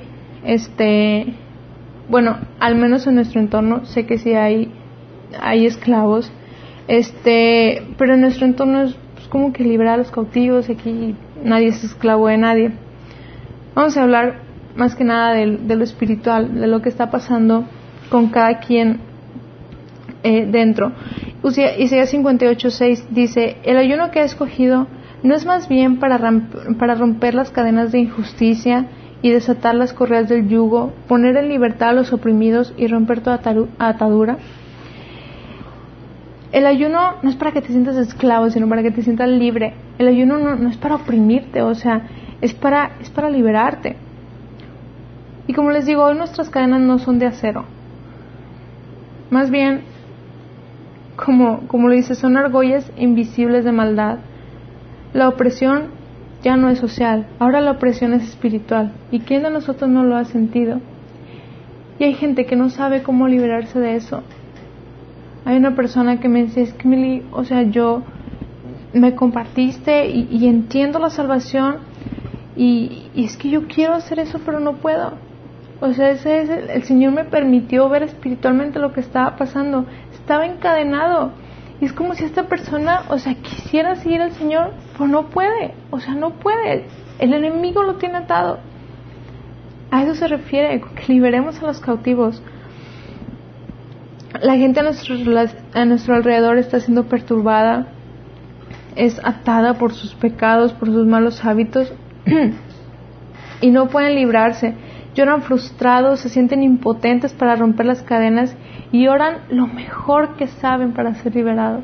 al menos en nuestro entorno, sé que sí hay esclavos, pero en nuestro entorno es como que liberar a los cautivos. Aquí nadie es esclavo de nadie. Vamos a hablar más que nada de lo espiritual, de lo que está pasando con cada quien dentro. Isaías 58:6 dice: el ayuno que ha escogido no es más bien para romper las cadenas de injusticia y desatar las correas del yugo, poner en libertad a los oprimidos y romper toda atadura. El ayuno no es para que te sientas esclavo, sino para que te sientas libre. El ayuno no es para oprimirte, es para liberarte. Y como les digo, hoy nuestras cadenas no son de acero. Más bien, como lo dice, son argollas invisibles de maldad. La opresión ya no es social, ahora la opresión es espiritual. ¿Y quién de nosotros no lo ha sentido? Y hay gente que no sabe cómo liberarse de eso. Hay una persona que me dice: es que Mili, yo me compartiste y entiendo la salvación y es que yo quiero hacer eso pero no puedo. El Señor me permitió ver espiritualmente lo que estaba pasando. Estaba encadenado. Y es como si esta persona, quisiera seguir al Señor, pero no puede. No puede. El enemigo lo tiene atado. A eso se refiere, que liberemos a los cautivos. La gente a nuestro alrededor está siendo perturbada, es atada por sus pecados, por sus malos hábitos, y no pueden librarse. Lloran frustrados, se sienten impotentes para romper las cadenas y oran lo mejor que saben para ser liberados.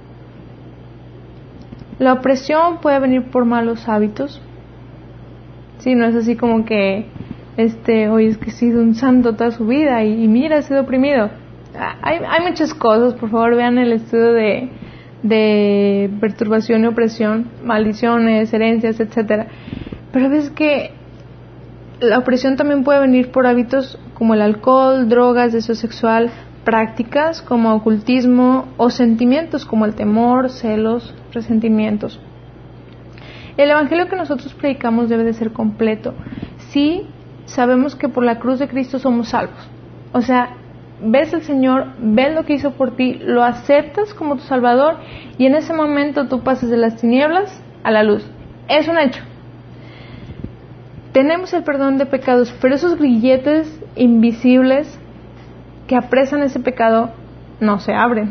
La opresión puede venir por malos hábitos. Sí, no es así como que, oye, es que he sido un santo toda su vida y mira, he sido oprimido. Hay muchas cosas, por favor vean el estudio de perturbación y opresión, maldiciones, herencias, etcétera. Pero a veces que la opresión también puede venir por hábitos como el alcohol, drogas, deseo sexual, prácticas como ocultismo o sentimientos como el temor, celos, resentimientos. El evangelio que nosotros predicamos debe de ser completo. Sí, sabemos que por la cruz de Cristo somos salvos. Ves al Señor, ves lo que hizo por ti, lo aceptas como tu Salvador y en ese momento tú pasas de las tinieblas a la luz. Es un hecho. Tenemos el perdón de pecados, pero esos grilletes invisibles que apresan ese pecado no se abren.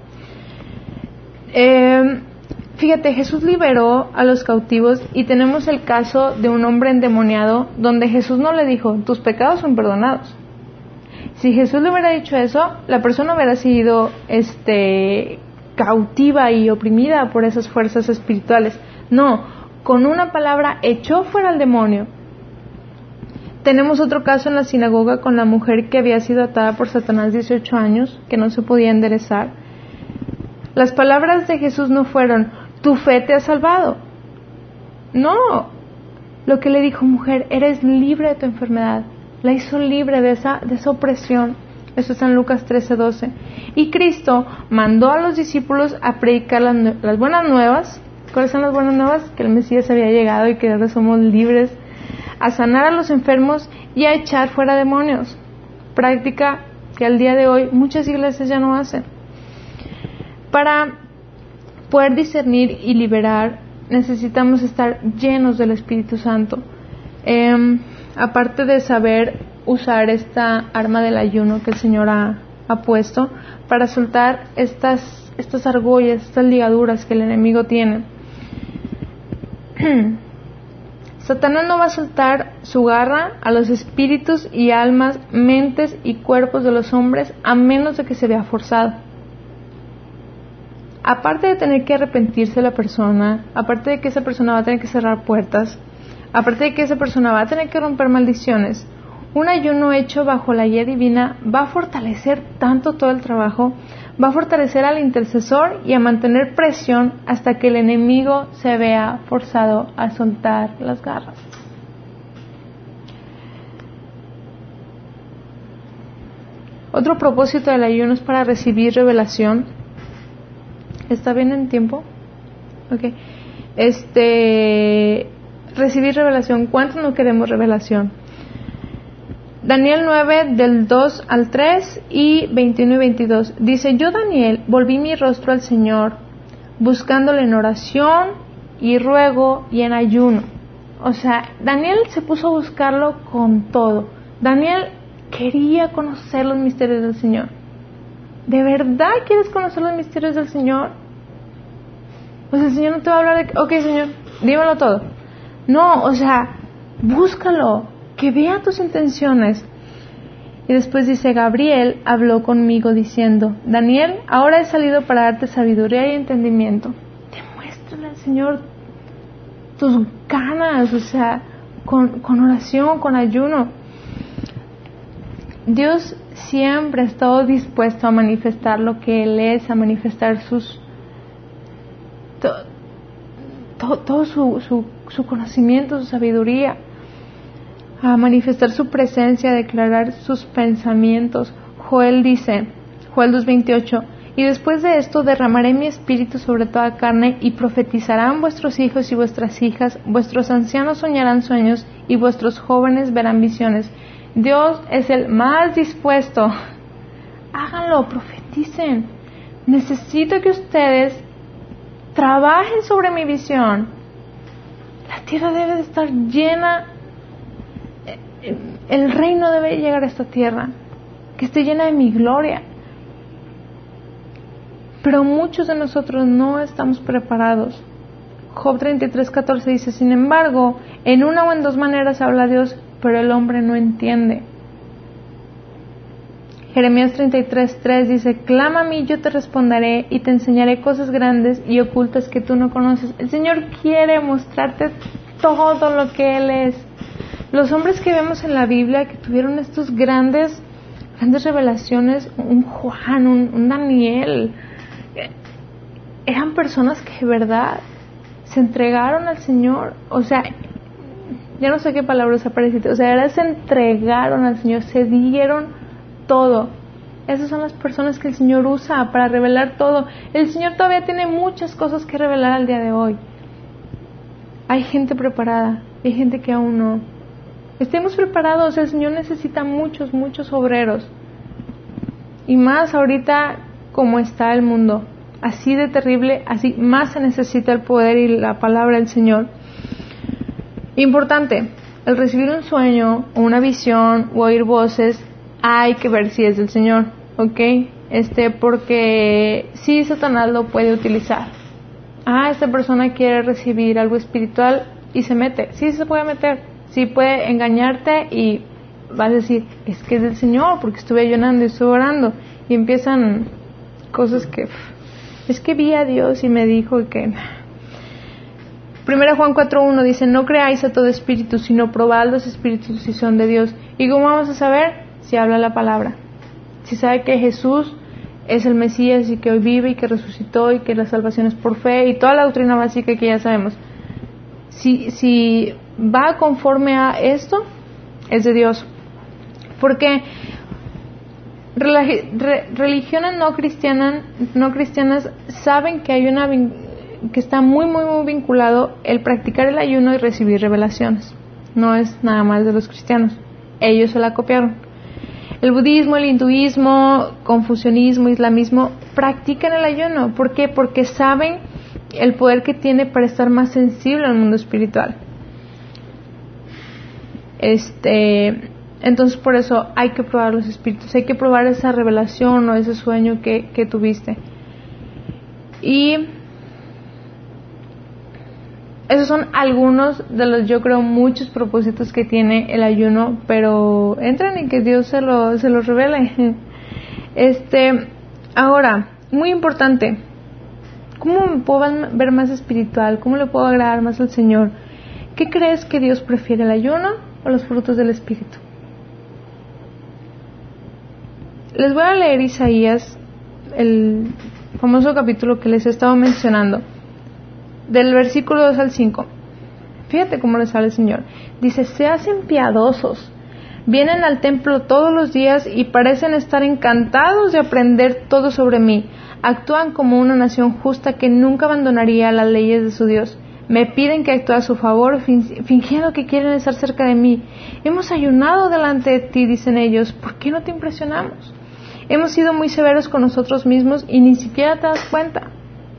Fíjate, Jesús liberó a los cautivos y tenemos el caso de un hombre endemoniado donde Jesús no le dijo: tus pecados son perdonados. Si Jesús le hubiera dicho eso, la persona hubiera sido cautiva y oprimida por esas fuerzas espirituales. No, con una palabra echó fuera al demonio. Tenemos otro caso en la sinagoga con la mujer que había sido atada por Satanás 18 años, que no se podía enderezar. Las palabras de Jesús no fueron: tu fe te ha salvado. No, lo que le dijo: mujer, eres libre de tu enfermedad. La hizo libre de esa opresión. Eso está en Lucas 13:12. Y Cristo mandó a los discípulos a predicar las buenas nuevas. ¿Cuáles son las buenas nuevas? Que el Mesías había llegado y que ahora somos libres, a sanar a los enfermos y a echar fuera demonios. Práctica que al día de hoy muchas iglesias ya no hacen. Para poder discernir y liberar, necesitamos estar llenos del Espíritu Santo. Aparte de saber usar esta arma del ayuno que el Señor ha puesto para soltar estas argollas, estas ligaduras que el enemigo tiene. Satanás no va a soltar su garra a los espíritus y almas, mentes y cuerpos de los hombres a menos de que se vea forzado. Aparte de tener que arrepentirse la persona, aparte de que esa persona va a tener que cerrar puertas, aparte de que esa persona va a tener que romper maldiciones, Un ayuno hecho bajo la guía divina va a fortalecer tanto todo el trabajo, va a fortalecer al intercesor y a mantener presión hasta que el enemigo se vea forzado a soltar las garras. Otro propósito del ayuno es para recibir revelación. ¿Está bien en tiempo? Ok. Recibir revelación. ¿Cuántos no queremos revelación? Daniel 9 del 2 al 3 y 21 y 22. Dice, yo Daniel volví mi rostro al Señor, buscándole en oración y ruego y en ayuno. O sea, Daniel se puso a buscarlo con todo. Daniel quería conocer los misterios del Señor. ¿De verdad quieres conocer los misterios del Señor? O sea, el Señor no te va a hablar de... Ok, Señor, dímelo todo. No, o sea, búscalo, que vea tus intenciones. Y después dice, Gabriel habló conmigo diciendo, Daniel, ahora he salido para darte sabiduría y entendimiento. Demuéstrale al Señor tus ganas, o sea, con oración, con ayuno. Dios siempre ha estado dispuesto a manifestar lo que Él es, a manifestar todo su conocimiento, su sabiduría, a manifestar su presencia, a declarar sus pensamientos. Joel dice, Joel 2:28, y después de esto derramaré mi espíritu sobre toda carne y profetizarán vuestros hijos y vuestras hijas, vuestros ancianos soñarán sueños y vuestros jóvenes verán visiones. Dios es el más dispuesto. Háganlo, profeticen. Necesito que ustedes trabajen sobre mi visión. La tierra debe de estar llena, el reino debe llegar a esta tierra, que esté llena de mi gloria. Pero muchos de nosotros no estamos preparados. Job 33:14 dice, sin embargo, en una o en dos maneras habla Dios, pero el hombre no entiende. Jeremías 33:3 dice, clama a mí, yo te responderé y te enseñaré cosas grandes y ocultas que tú no conoces. El Señor quiere mostrarte todo lo que Él es. Los hombres que vemos en la Biblia que tuvieron estos grandes revelaciones, un Juan, un Daniel, eran personas que de verdad se entregaron al Señor. O sea, ya no sé qué palabras apareciste, o sea, se entregaron al Señor, se dieron todo. Esas son las personas que el Señor usa para revelar todo. El Señor todavía tiene muchas cosas que revelar al día de hoy. Hay gente preparada, hay gente que aún no. Estemos preparados, el Señor necesita muchos obreros. Y más ahorita como está el mundo, así de terrible, así más se necesita el poder y la palabra del Señor. Importante, el recibir un sueño o una visión o oír voces, hay que ver si es del Señor, ¿ok? Porque sí, Satanás lo puede utilizar. Esta persona quiere recibir algo espiritual y se mete. Sí, se puede meter. Sí, puede engañarte y vas a decir, es que es del Señor, porque estuve ayunando y estuve orando. Y empiezan cosas que, es que vi a Dios y me dijo que... 1 Juan 4:1 dice, no creáis a todo espíritu, sino probad los espíritus si son de Dios. ¿Y cómo vamos a saber? Si habla la palabra. Si sabe que Jesús es el Mesías y que hoy vive y que resucitó y que la salvación es por fe y toda la doctrina básica que ya sabemos. Si va conforme a esto, es de Dios. Porque religiones no cristianas saben que hay que está muy vinculado el practicar el ayuno y recibir revelaciones. No es nada más de los cristianos. Ellos se la copiaron. El budismo, el hinduismo, confucianismo, islamismo practican el ayuno. ¿Por qué? Porque saben el poder que tiene para estar más sensible al mundo espiritual. Entonces por eso hay que probar los espíritus, hay que probar esa revelación o ese sueño que tuviste. Y esos son algunos de los, yo creo, muchos propósitos que tiene el ayuno, pero entran y que Dios se los revele. Ahora, muy importante, ¿cómo me puedo ver más espiritual? ¿Cómo le puedo agradar más al Señor? ¿Qué crees que Dios prefiere, el ayuno o los frutos del Espíritu? les voy a leer Isaías, el famoso capítulo que les he estado mencionando, del versículo 2 al 5. Fíjate cómo les habla el Señor. Dice: se hacen piadosos, vienen al templo todos los días y parecen estar encantados de aprender todo sobre mí. Actúan como una nación justa que nunca abandonaría las leyes de su Dios. Me piden que actúe a su favor, fingiendo que quieren estar cerca de mí. Hemos ayunado delante de ti, dicen ellos. ¿Por qué no te impresionamos? Hemos sido muy severos con nosotros mismos y ni siquiera te das cuenta.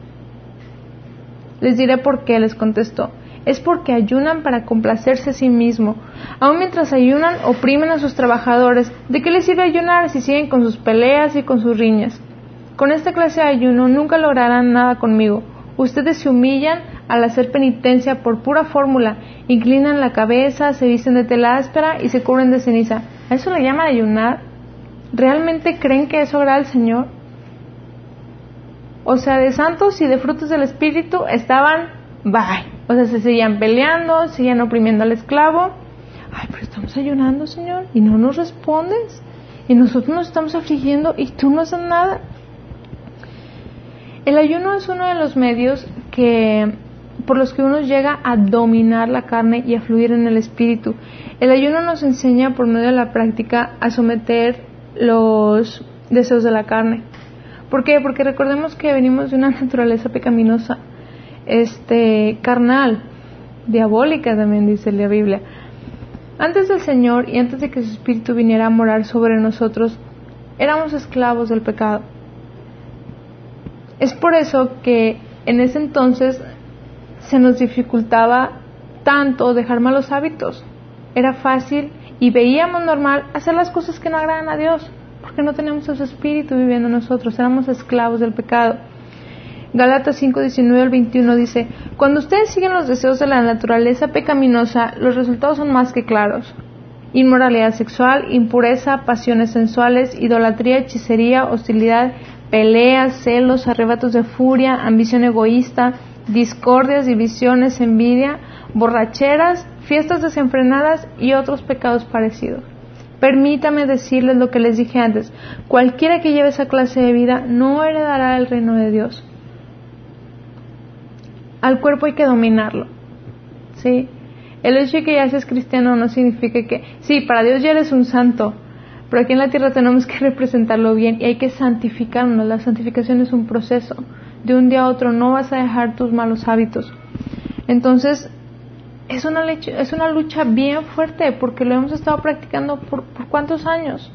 Les diré por qué, les contestó. Es porque ayunan para complacerse a sí mismo. Aun mientras ayunan, oprimen a sus trabajadores. ¿De qué les sirve ayunar si siguen con sus peleas y con sus riñas? Con esta clase de ayuno nunca lograrán nada conmigo. Ustedes se humillan al hacer penitencia por pura fórmula. Inclinan la cabeza, se visten de tela áspera y se cubren de ceniza. ¿A eso le llaman ayunar? ¿Realmente creen que eso agrada al Señor? O sea, de santos y de frutos del Espíritu estaban bye. O sea, se seguían peleando, seguían oprimiendo al esclavo. Ay, pero estamos ayunando, Señor, y no nos respondes. Y nosotros nos estamos afligiendo y tú no haces nada. El ayuno es uno de los medios por los que uno llega a dominar la carne y a fluir en el Espíritu. El ayuno nos enseña por medio de la práctica a someter los deseos de la carne. ¿Por qué? Porque recordemos que venimos de una naturaleza pecaminosa, carnal, diabólica también dice la Biblia. Antes del Señor y antes de que su Espíritu viniera a morar sobre nosotros, éramos esclavos del pecado. Es por eso que en ese entonces se nos dificultaba tanto dejar malos hábitos. Era fácil y veíamos normal hacer las cosas que no agradan a Dios, porque no teníamos a su Espíritu viviendo en nosotros, éramos esclavos del pecado. Gálatas 5:19 al 21 dice: cuando ustedes siguen los deseos de la naturaleza pecaminosa, los resultados son más que claros: inmoralidad sexual, impureza, pasiones sensuales, idolatría, hechicería, hostilidad, peleas, celos, arrebatos de furia, ambición egoísta, discordias, divisiones, envidia, borracheras, fiestas desenfrenadas y otros pecados parecidos. Permítame decirles lo que les dije antes: cualquiera que lleve esa clase de vida no heredará el reino de Dios. Al cuerpo hay que dominarlo, ¿sí? El hecho de que ya seas cristiano no significa que, sí, para Dios ya eres un santo, pero aquí en la tierra tenemos que representarlo bien y hay que santificarnos. La santificación es un proceso. De un día a otro no vas a dejar tus malos hábitos. Entonces, es una lucha bien fuerte porque lo hemos estado practicando por ¿cuántos años?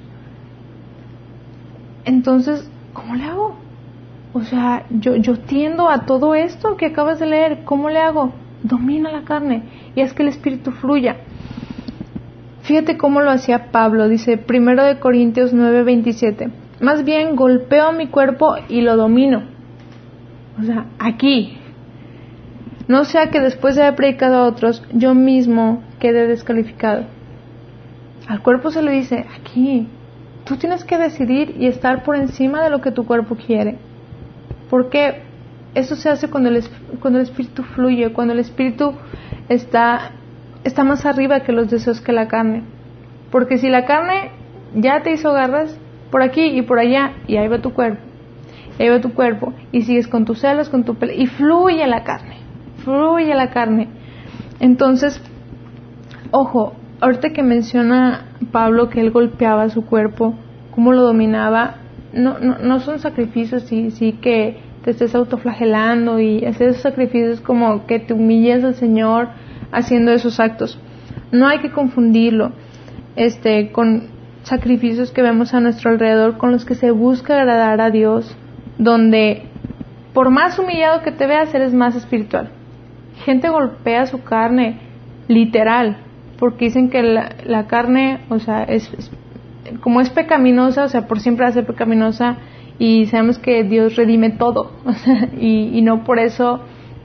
Entonces, ¿cómo le hago? O sea, yo tiendo a todo esto que acabas de leer. ¿Cómo le hago? Domina la carne y haz que el Espíritu fluya. Fíjate cómo lo hacía Pablo. Dice 1 Corintios 9:27: más bien golpeo mi cuerpo y lo domino. O sea, aquí. No sea que después de haber predicado a otros, yo mismo quede descalificado. Al cuerpo se le dice: aquí. Tú tienes que decidir y estar por encima de lo que tu cuerpo quiere. Porque eso se hace cuando el Espíritu fluye, cuando el Espíritu está más arriba que los deseos que la carne. Porque si la carne ya te hizo garras por aquí y por allá, y ahí va tu cuerpo, y sigues con tus celos, con tu pelea, y fluye la carne. Entonces, ojo, ahorita que menciona Pablo que él golpeaba su cuerpo, cómo lo dominaba, no son sacrificios sí que te estés autoflagelando y hacer esos sacrificios como que te humilles al Señor haciendo esos actos. No hay que confundirlo con sacrificios que vemos a nuestro alrededor, con los que se busca agradar a Dios, donde por más humillado que te veas, eres más espiritual. Gente golpea su carne, literal, porque dicen que la carne, o sea, como es pecaminosa, o sea, por siempre va a ser pecaminosa, y sabemos que Dios redime todo, o sea, y no por eso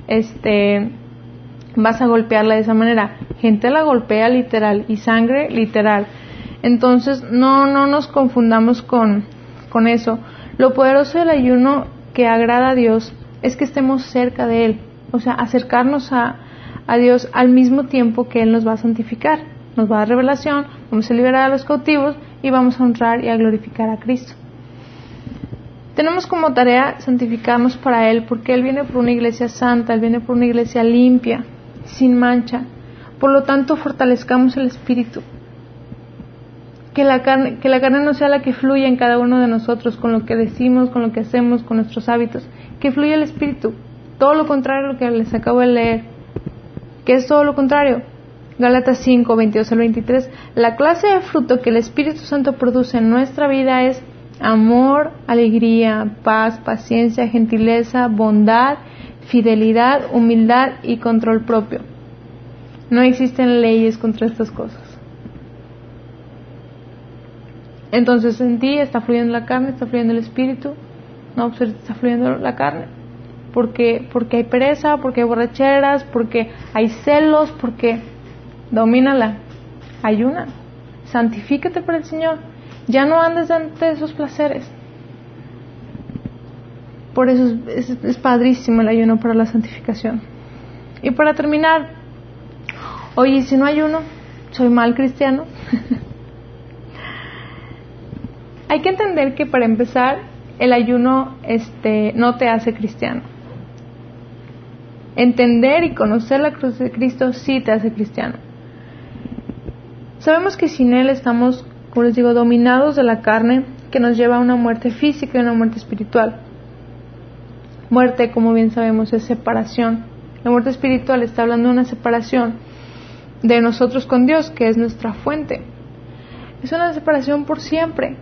vas a golpearla de esa manera. Gente la golpea literal y sangre literal. Entonces no nos confundamos con eso. Lo poderoso del ayuno que agrada a Dios es que estemos cerca de Él, o sea, acercarnos a Dios al mismo tiempo que Él nos va a santificar, nos va a dar revelación, vamos a liberar a los cautivos y vamos a honrar y a glorificar a Cristo. Tenemos como tarea santificarnos para Él, porque Él viene por una iglesia santa, Él viene por una iglesia limpia, sin mancha. Por lo tanto, fortalezcamos el espíritu. Que la carne no sea la que fluya en cada uno de nosotros, con lo que decimos, con lo que hacemos, con nuestros hábitos. Que fluya el espíritu. Todo lo contrario a lo que les acabo de leer. ¿Qué es todo lo contrario? Gálatas 5, 22 al 23. La clase de fruto que el Espíritu Santo produce en nuestra vida es amor, alegría, paz, paciencia, gentileza, bondad, fidelidad, humildad y control propio. No existen leyes contra estas cosas. Entonces en ti está fluyendo la carne, está fluyendo el espíritu. No, pues está fluyendo la carne. Porque hay pereza, porque hay borracheras, porque hay celos, porque domínala, ayuna, santifícate para el Señor. Ya no andes ante esos placeres. Por eso es padrísimo el ayuno para la santificación. Y para terminar, oye, si no ayuno, soy mal cristiano. Hay que entender que para empezar, el ayuno no te hace cristiano. Entender y conocer la cruz de Cristo sí te hace cristiano. Sabemos que sin Él estamos, como les digo, dominados de la carne, que nos lleva a una muerte física y una muerte espiritual. Muerte, como bien sabemos, es separación. La muerte espiritual está hablando de una separación de nosotros con Dios, que es nuestra fuente. Es una separación por siempre.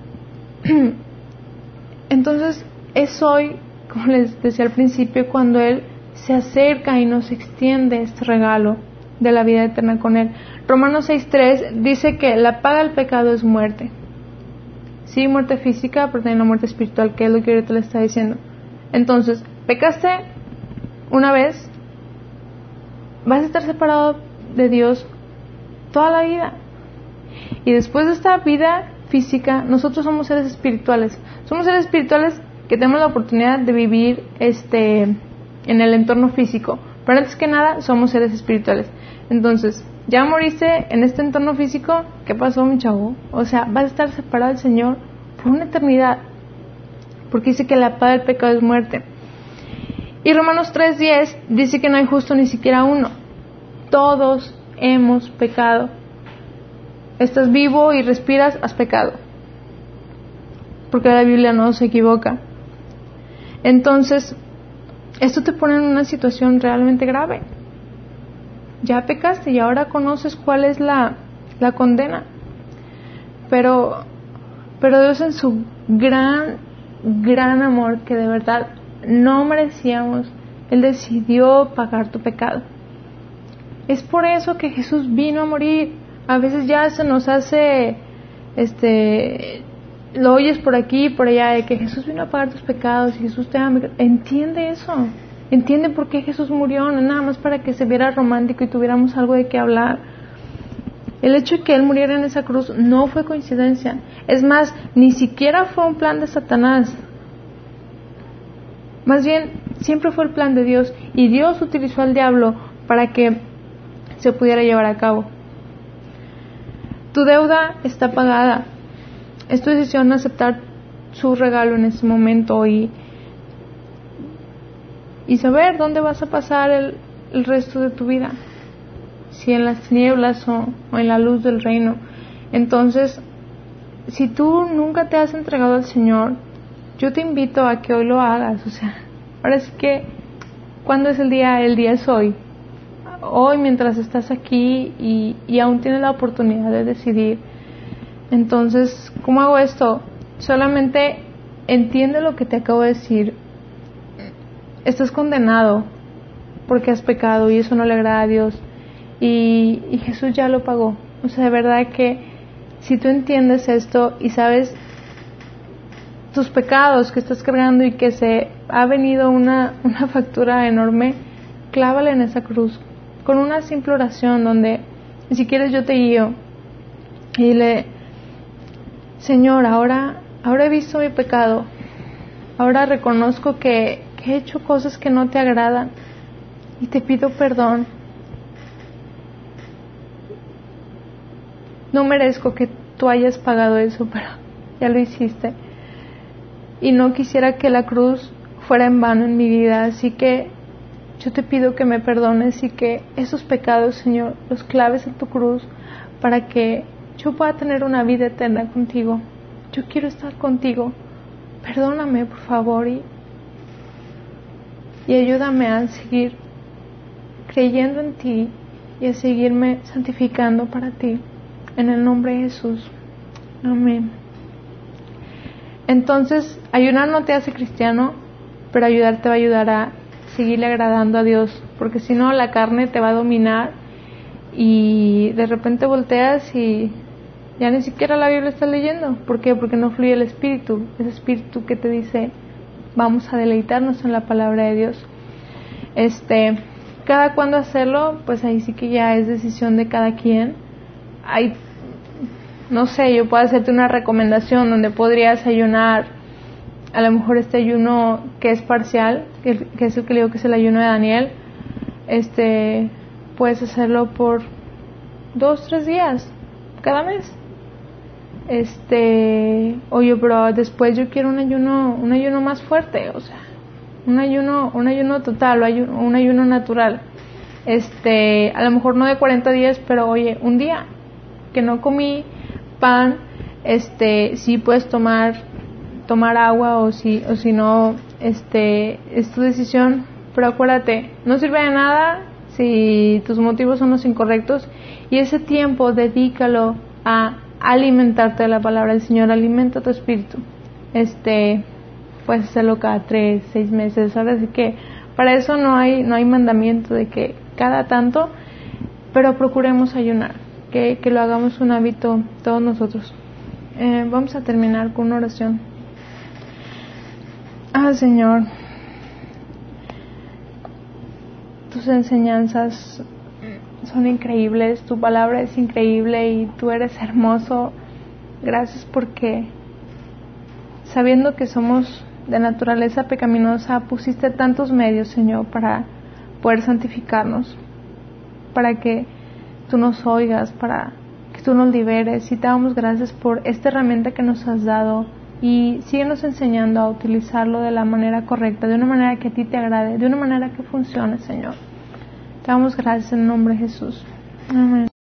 Entonces, es hoy, como les decía al principio, cuando Él se acerca y nos extiende este regalo de la vida eterna con Él. Romanos 6:3 dice que la paga del pecado es muerte. Sí, muerte física, pero también la muerte espiritual, que es lo que ahorita le está diciendo. Entonces, pecaste una vez, vas a estar separado de Dios toda la vida. Y después de esta vida física, nosotros somos seres espirituales. Somos seres espirituales que tenemos la oportunidad de vivir en el entorno físico. Pero antes que nada, somos seres espirituales. Entonces, ya moriste en este entorno físico, ¿qué pasó, mi chavo? O sea, vas a estar separado del Señor por una eternidad. Porque dice que la paga del pecado es muerte. Y Romanos 3:10 dice que no hay justo ni siquiera uno. Todos hemos pecado. Estás vivo y respiras, has pecado. Porque la Biblia no se equivoca. Entonces, esto te pone en una situación realmente grave. Ya pecaste y ahora conoces cuál es la condena. Pero Dios, en su gran amor, que de verdad no merecíamos, Él decidió pagar tu pecado. Es por eso que Jesús vino a morir. A veces ya se nos hace, lo oyes por aquí y por allá, de que Jesús vino a pagar tus pecados y Jesús te ama. Entiende eso. Entiende por qué Jesús murió, no nada más para que se viera romántico y tuviéramos algo de qué hablar. El hecho de que Él muriera en esa cruz no fue coincidencia. Es más, ni siquiera fue un plan de Satanás. Más bien, siempre fue el plan de Dios. Y Dios utilizó al diablo para que se pudiera llevar a cabo. Tu deuda está pagada. Es tu decisión aceptar su regalo en ese momento y saber dónde vas a pasar el resto de tu vida. Si en las tinieblas o en la luz del reino. Entonces, si tú nunca te has entregado al Señor, yo te invito a que hoy lo hagas. O sea, ahora sí que, ¿cuándo es el día? El día es hoy. Hoy, mientras estás aquí y aún tienes la oportunidad de decidir. Entonces, ¿cómo hago esto? Solamente entiende lo que te acabo de decir. Estás condenado porque has pecado y eso no le agrada a Dios. Y Jesús ya lo pagó. O sea, de verdad que si tú entiendes esto y sabes tus pecados que estás cargando y que se ha venido una factura enorme, clávala en esa cruz con una simple oración donde, si quieres, yo te guío y dile: Señor, ahora he visto mi pecado, ahora reconozco que he hecho cosas que no te agradan y te pido perdón. No merezco que tú hayas pagado eso, pero ya lo hiciste. y no quisiera que la cruz fuera en vano en mi vida. Así que yo te pido que me perdones y que esos pecados, Señor, los claves en tu cruz para que yo pueda tener una vida eterna contigo. Yo quiero estar contigo. Perdóname, por favor, y ayúdame a seguir creyendo en ti y a seguirme santificando para ti. En el nombre de Jesús. Amén. Entonces, ayunar no te hace cristiano, pero ayudar te va a ayudar a seguirle agradando a Dios, porque si no la carne te va a dominar y de repente volteas y ya ni siquiera la Biblia estás leyendo. ¿Por qué? Porque no fluye el Espíritu, ese Espíritu que te dice vamos a deleitarnos en la palabra de Dios. Cada cuándo hacerlo, pues ahí sí que ya es decisión de cada quien. No sé, yo puedo hacerte una recomendación donde podrías ayunar, a lo mejor este ayuno que es parcial, que es el que le digo que es el ayuno de Daniel. Puedes hacerlo por 2-3 días cada mes. Oye, pero después yo quiero un ayuno más fuerte, o sea, un ayuno total, un ayuno natural. A lo mejor no de 40 días, pero oye, un día que no comí pan, sí puedes tomar agua, o si no, es tu decisión. Pero acuérdate, no sirve de nada si tus motivos son los incorrectos, y ese tiempo dedícalo a alimentarte de la palabra del Señor. Alimenta tu espíritu. Puedes hacerlo cada 3-6 meses. Ahora sí que para eso no hay mandamiento de que cada tanto, pero procuremos ayunar, que lo hagamos un hábito todos nosotros. Vamos a terminar con una oración. Señor, tus enseñanzas son increíbles, tu palabra es increíble y tú eres hermoso. Gracias porque, sabiendo que somos de naturaleza pecaminosa, pusiste tantos medios, Señor, para poder santificarnos, para que tú nos oigas, para que tú nos liberes. Y te damos gracias por esta herramienta que nos has dado, y síguenos enseñando a utilizarlo de la manera correcta, de una manera que a ti te agrade, de una manera que funcione, Señor. Te damos gracias en el nombre de Jesús. Amén.